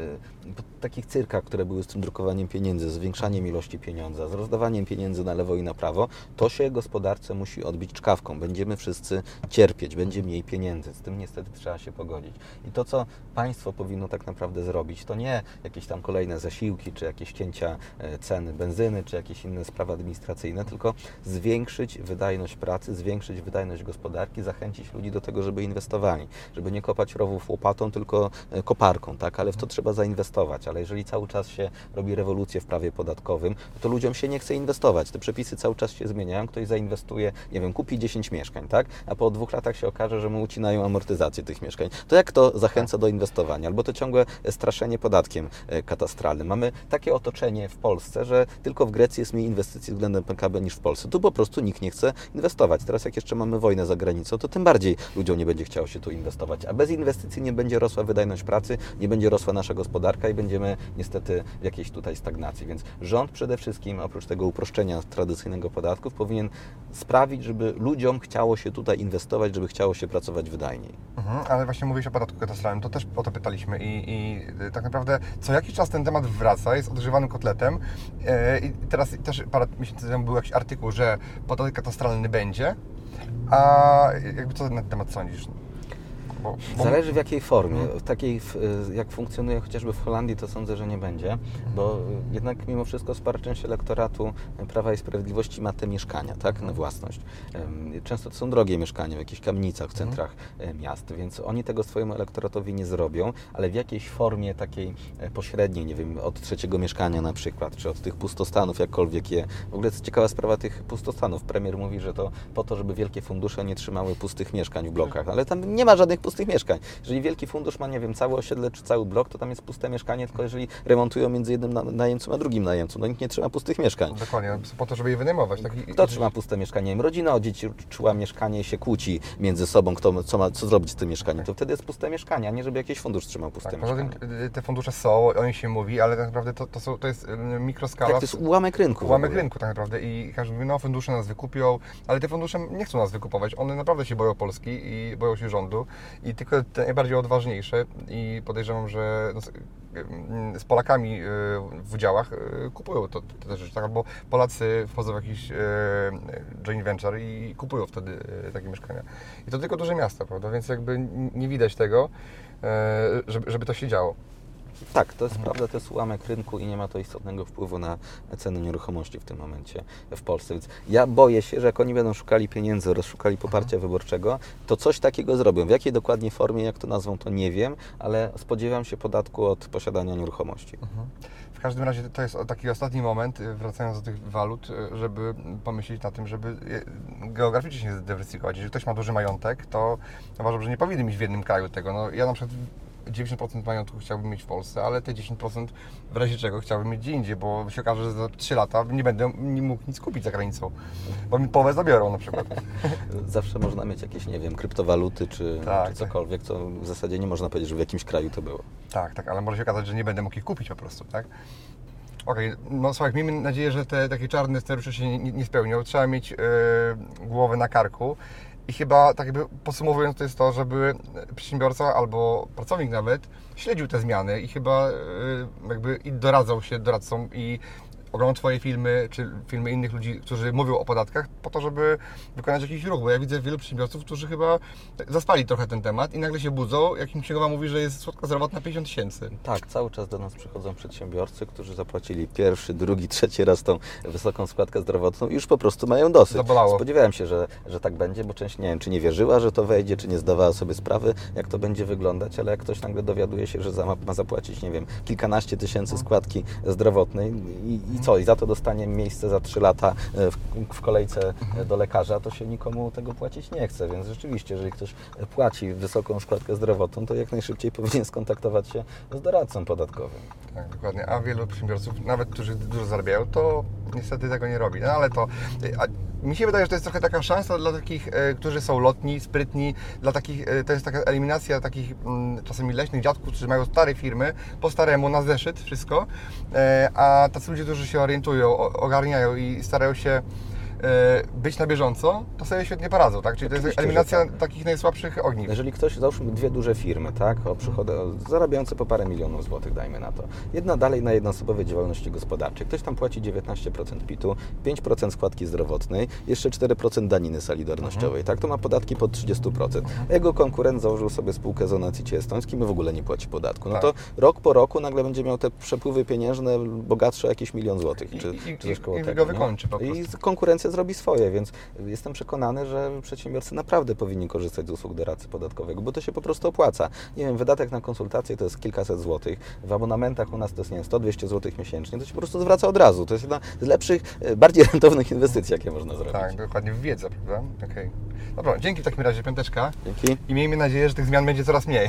Speaker 2: po takich cyrkach, które były z tym drukowaniem pieniędzy, zwiększaniem ilości pieniądza, z rozdawaniem pieniędzy na lewo i na prawo, to się gospodarce musi odbić czkawką. Będziemy wszyscy cierpieć, będzie mniej pieniędzy. Z tym niestety trzeba się pogodzić. I to, co państwo powinno tak naprawdę zrobić, to nie jakieś tam kolejne zasiłki, czy jakieś cięcia ceny benzyny, czy jakieś inne sprawy administracyjne, tylko zwiększyć wydajność pracy, zwiększyć wydajność gospodarki, zachęcić ludzi do tego, żeby inwestowali, żeby nie kopać rowów łopatą, tylko koparką, tak? Ale w to trzeba zainwestować. Ale jeżeli cały czas się robi rewolucję w prawie podatkowym, to ludziom się nie chce inwestować. Te przepisy cały czas się zmieniają. Ktoś zainwestuje, nie wiem, kupi 10 mieszkań, tak? A po 2 latach się okaże, że mu ucinają amortyzację tych mieszkań. To jak to zachęca do inwestowania? Albo to ciągłe straszenie podatkiem katastralnym. Mamy takie otoczenie w Polsce, że tylko w Grecji jest mniej inwestycji względem PKB niż w Polsce. Tu po prostu nikt nie chce inwestować. Teraz jak jeszcze mamy wojnę za granicą, to tym bardziej ludziom nie będzie chciało się tu inwestować. A bez inwestycji nie będzie rosła wydajność pracy, nie będzie rosła nasza gospodarka i będziemy niestety w jakiejś tutaj stagnacji. Więc rząd przede wszystkim, oprócz tego uproszczenia tradycyjnego podatków, powinien sprawić, żeby ludziom chciało się tutaj inwestować, żeby chciało się pracować wydajniej.
Speaker 4: Ale właśnie mówisz o podatku katastralnym, to też o to pytaliśmy i tak naprawdę co jakiś czas ten temat wraca, jest odgrzewanym kotletem i teraz też parę miesięcy temu był jakiś artykuł, że podatek katastralny będzie, a jakby co na ten temat sądzisz?
Speaker 2: Zależy w jakiej formie. W takiej, jak funkcjonuje chociażby w Holandii, to sądzę, że nie będzie, bo jednak mimo wszystko spora część elektoratu Prawa i Sprawiedliwości ma te mieszkania, tak, na własność. Często to są drogie mieszkania w jakichś kamienicach w centrach miast, więc oni tego swojemu elektoratowi nie zrobią, ale w jakiejś formie takiej pośredniej, nie wiem, od 3. mieszkania na przykład, czy od tych pustostanów, jakkolwiek je. W ogóle jest ciekawa sprawa tych pustostanów. Premier mówi, że to po to, żeby wielkie fundusze nie trzymały pustych mieszkań w blokach, ale tam nie ma żadnych pustych mieszkań. Jeżeli wielki fundusz ma, nie wiem, całe osiedle czy cały blok, to tam jest puste mieszkanie, tylko jeżeli remontują między jednym najemcą a drugim najemcą, no nikt nie trzyma pustych mieszkań.
Speaker 4: Dokładnie, po to, żeby je wynajmować.
Speaker 2: Kto trzyma puste mieszkanie? Nie wiem, rodzina odziedziczyła mieszkanie i się kłóci między sobą, co zrobić z tym mieszkaniem. To wtedy jest puste mieszkanie, a nie żeby jakiś fundusz trzymał puste mieszkanie.
Speaker 4: Poza tym te fundusze są, o nich się mówi, ale tak naprawdę to jest mikroskala.
Speaker 2: Tak, to jest ułamek rynku.
Speaker 4: Ułamek rynku tak naprawdę i każdy mówi, no fundusze nas wykupią, ale te fundusze nie chcą nas wykupować. One naprawdę się boją Polski i boją się rządu i tylko te najbardziej odważniejsze i podejrzewam, że z Polakami w udziałach kupują te rzeczy, tak? Albo Polacy wchodzą w jakiś joint venture i kupują wtedy takie mieszkania. I to tylko duże miasta, prawda? Więc jakby nie widać tego, żeby to się działo.
Speaker 2: Tak, to jest prawda, to jest ułamek rynku i nie ma to istotnego wpływu na ceny nieruchomości w tym momencie w Polsce. Więc ja boję się, że jak oni będą szukali pieniędzy, rozszukali poparcia wyborczego, to coś takiego zrobią. W jakiej dokładnie formie, jak to nazwą, to nie wiem, ale spodziewam się podatku od posiadania nieruchomości.
Speaker 4: W każdym razie to jest taki ostatni moment, wracając do tych walut, żeby pomyśleć na tym, żeby geograficznie się zdywersyfikować. Jeżeli ktoś ma duży majątek, to uważam, że nie powinien mieć w jednym kraju tego. No, ja na przykład 90% majątku chciałbym mieć w Polsce, ale te 10% w razie czego chciałbym mieć gdzie indziej, bo się okaże, że za 3 lata nie będę mógł nic kupić za granicą, bo mi połowę zabiorą na przykład.
Speaker 2: Zawsze można mieć jakieś, nie wiem, kryptowaluty czy cokolwiek, co w zasadzie nie można powiedzieć, że w jakimś kraju to było.
Speaker 4: Tak, ale może się okazać, że nie będę mógł ich kupić po prostu, tak? Okej, no słuchaj, miejmy nadzieję, że te takie czarne scenariusze się nie spełnią. Trzeba mieć głowę na karku. I chyba, tak jakby podsumowując, to jest to, żeby przedsiębiorca albo pracownik nawet śledził te zmiany i chyba jakby doradzał się doradcom i oglądał Twoje filmy, czy filmy innych ludzi, którzy mówią o podatkach, po to, żeby wykonać jakiś ruch, bo ja widzę wielu przedsiębiorców, którzy chyba zaspali trochę ten temat i nagle się budzą, jak im księgowa mówi, że jest składka zdrowotna 50 000.
Speaker 2: Tak, cały czas do nas przychodzą przedsiębiorcy, którzy zapłacili pierwszy, drugi, trzeci raz tą wysoką składkę zdrowotną i już po prostu mają dosyć.
Speaker 4: Zabolało.
Speaker 2: Spodziewałem się, że tak będzie, bo część, nie wiem, czy nie wierzyła, że to wejdzie, czy nie zdawała sobie sprawy, jak to będzie wyglądać, ale jak ktoś nagle dowiaduje się, że ma zapłacić, nie wiem, kilkanaście tysięcy składki zdrowotnej i co? I za to dostanie miejsce za 3 lata w kolejce do lekarza, to się nikomu tego płacić nie chce, więc rzeczywiście, jeżeli ktoś płaci wysoką składkę zdrowotną, to jak najszybciej powinien skontaktować się z doradcą podatkowym.
Speaker 4: Tak, dokładnie. A wielu przedsiębiorców, nawet którzy dużo zarabiają, to niestety tego nie robi. No ale to... Mi się wydaje, że to jest trochę taka szansa dla takich, którzy są lotni, sprytni, dla takich, to jest taka eliminacja takich czasami leśnych dziadków, którzy mają stare firmy, po staremu, na zeszyt wszystko, a tacy ludzie, którzy się orientują, ogarniają i starają się być na bieżąco, to sobie świetnie poradzą, tak? Czyli to jest eliminacja takich najsłabszych ogniw.
Speaker 2: Jeżeli ktoś, załóżmy dwie duże firmy, tak, o przychody zarabiające po parę milionów złotych, dajmy na to. Jedna dalej na jednoosobowej działalności gospodarczej. Ktoś tam płaci 19% PIT-u, 5% składki zdrowotnej, jeszcze 4% daniny solidarnościowej, tak? To ma podatki pod 30%. Jego konkurent założył sobie spółkę z ONCIT estońskim i w ogóle nie płaci podatku. No to rok po roku nagle będzie miał te przepływy pieniężne bogatsze o jakieś 1 000 000 złotych.
Speaker 4: I go wykończy po prostu.
Speaker 2: I konkurencja zrobi swoje, więc jestem przekonany, że przedsiębiorcy naprawdę powinni korzystać z usług doradcy podatkowego, bo to się po prostu opłaca. Nie wiem, wydatek na konsultacje to jest kilkaset złotych, w abonamentach u nas to jest, nie wiem, 100-200 złotych miesięcznie, to się po prostu zwraca od razu. To jest jedna z lepszych, bardziej rentownych inwestycji, jakie można zrobić.
Speaker 4: Tak, dokładnie, w wiedzę, prawda? Okej. Dobra, dzięki w takim razie, piąteczka.
Speaker 2: Dzięki.
Speaker 4: I miejmy nadzieję, że tych zmian będzie coraz mniej.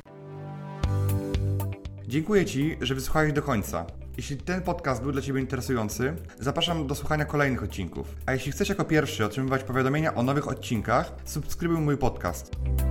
Speaker 1: Dziękuję Ci, że wysłuchałeś do końca. Jeśli ten podcast był dla Ciebie interesujący, zapraszam do słuchania kolejnych odcinków. A jeśli chcesz jako pierwszy otrzymywać powiadomienia o nowych odcinkach, subskrybuj mój podcast.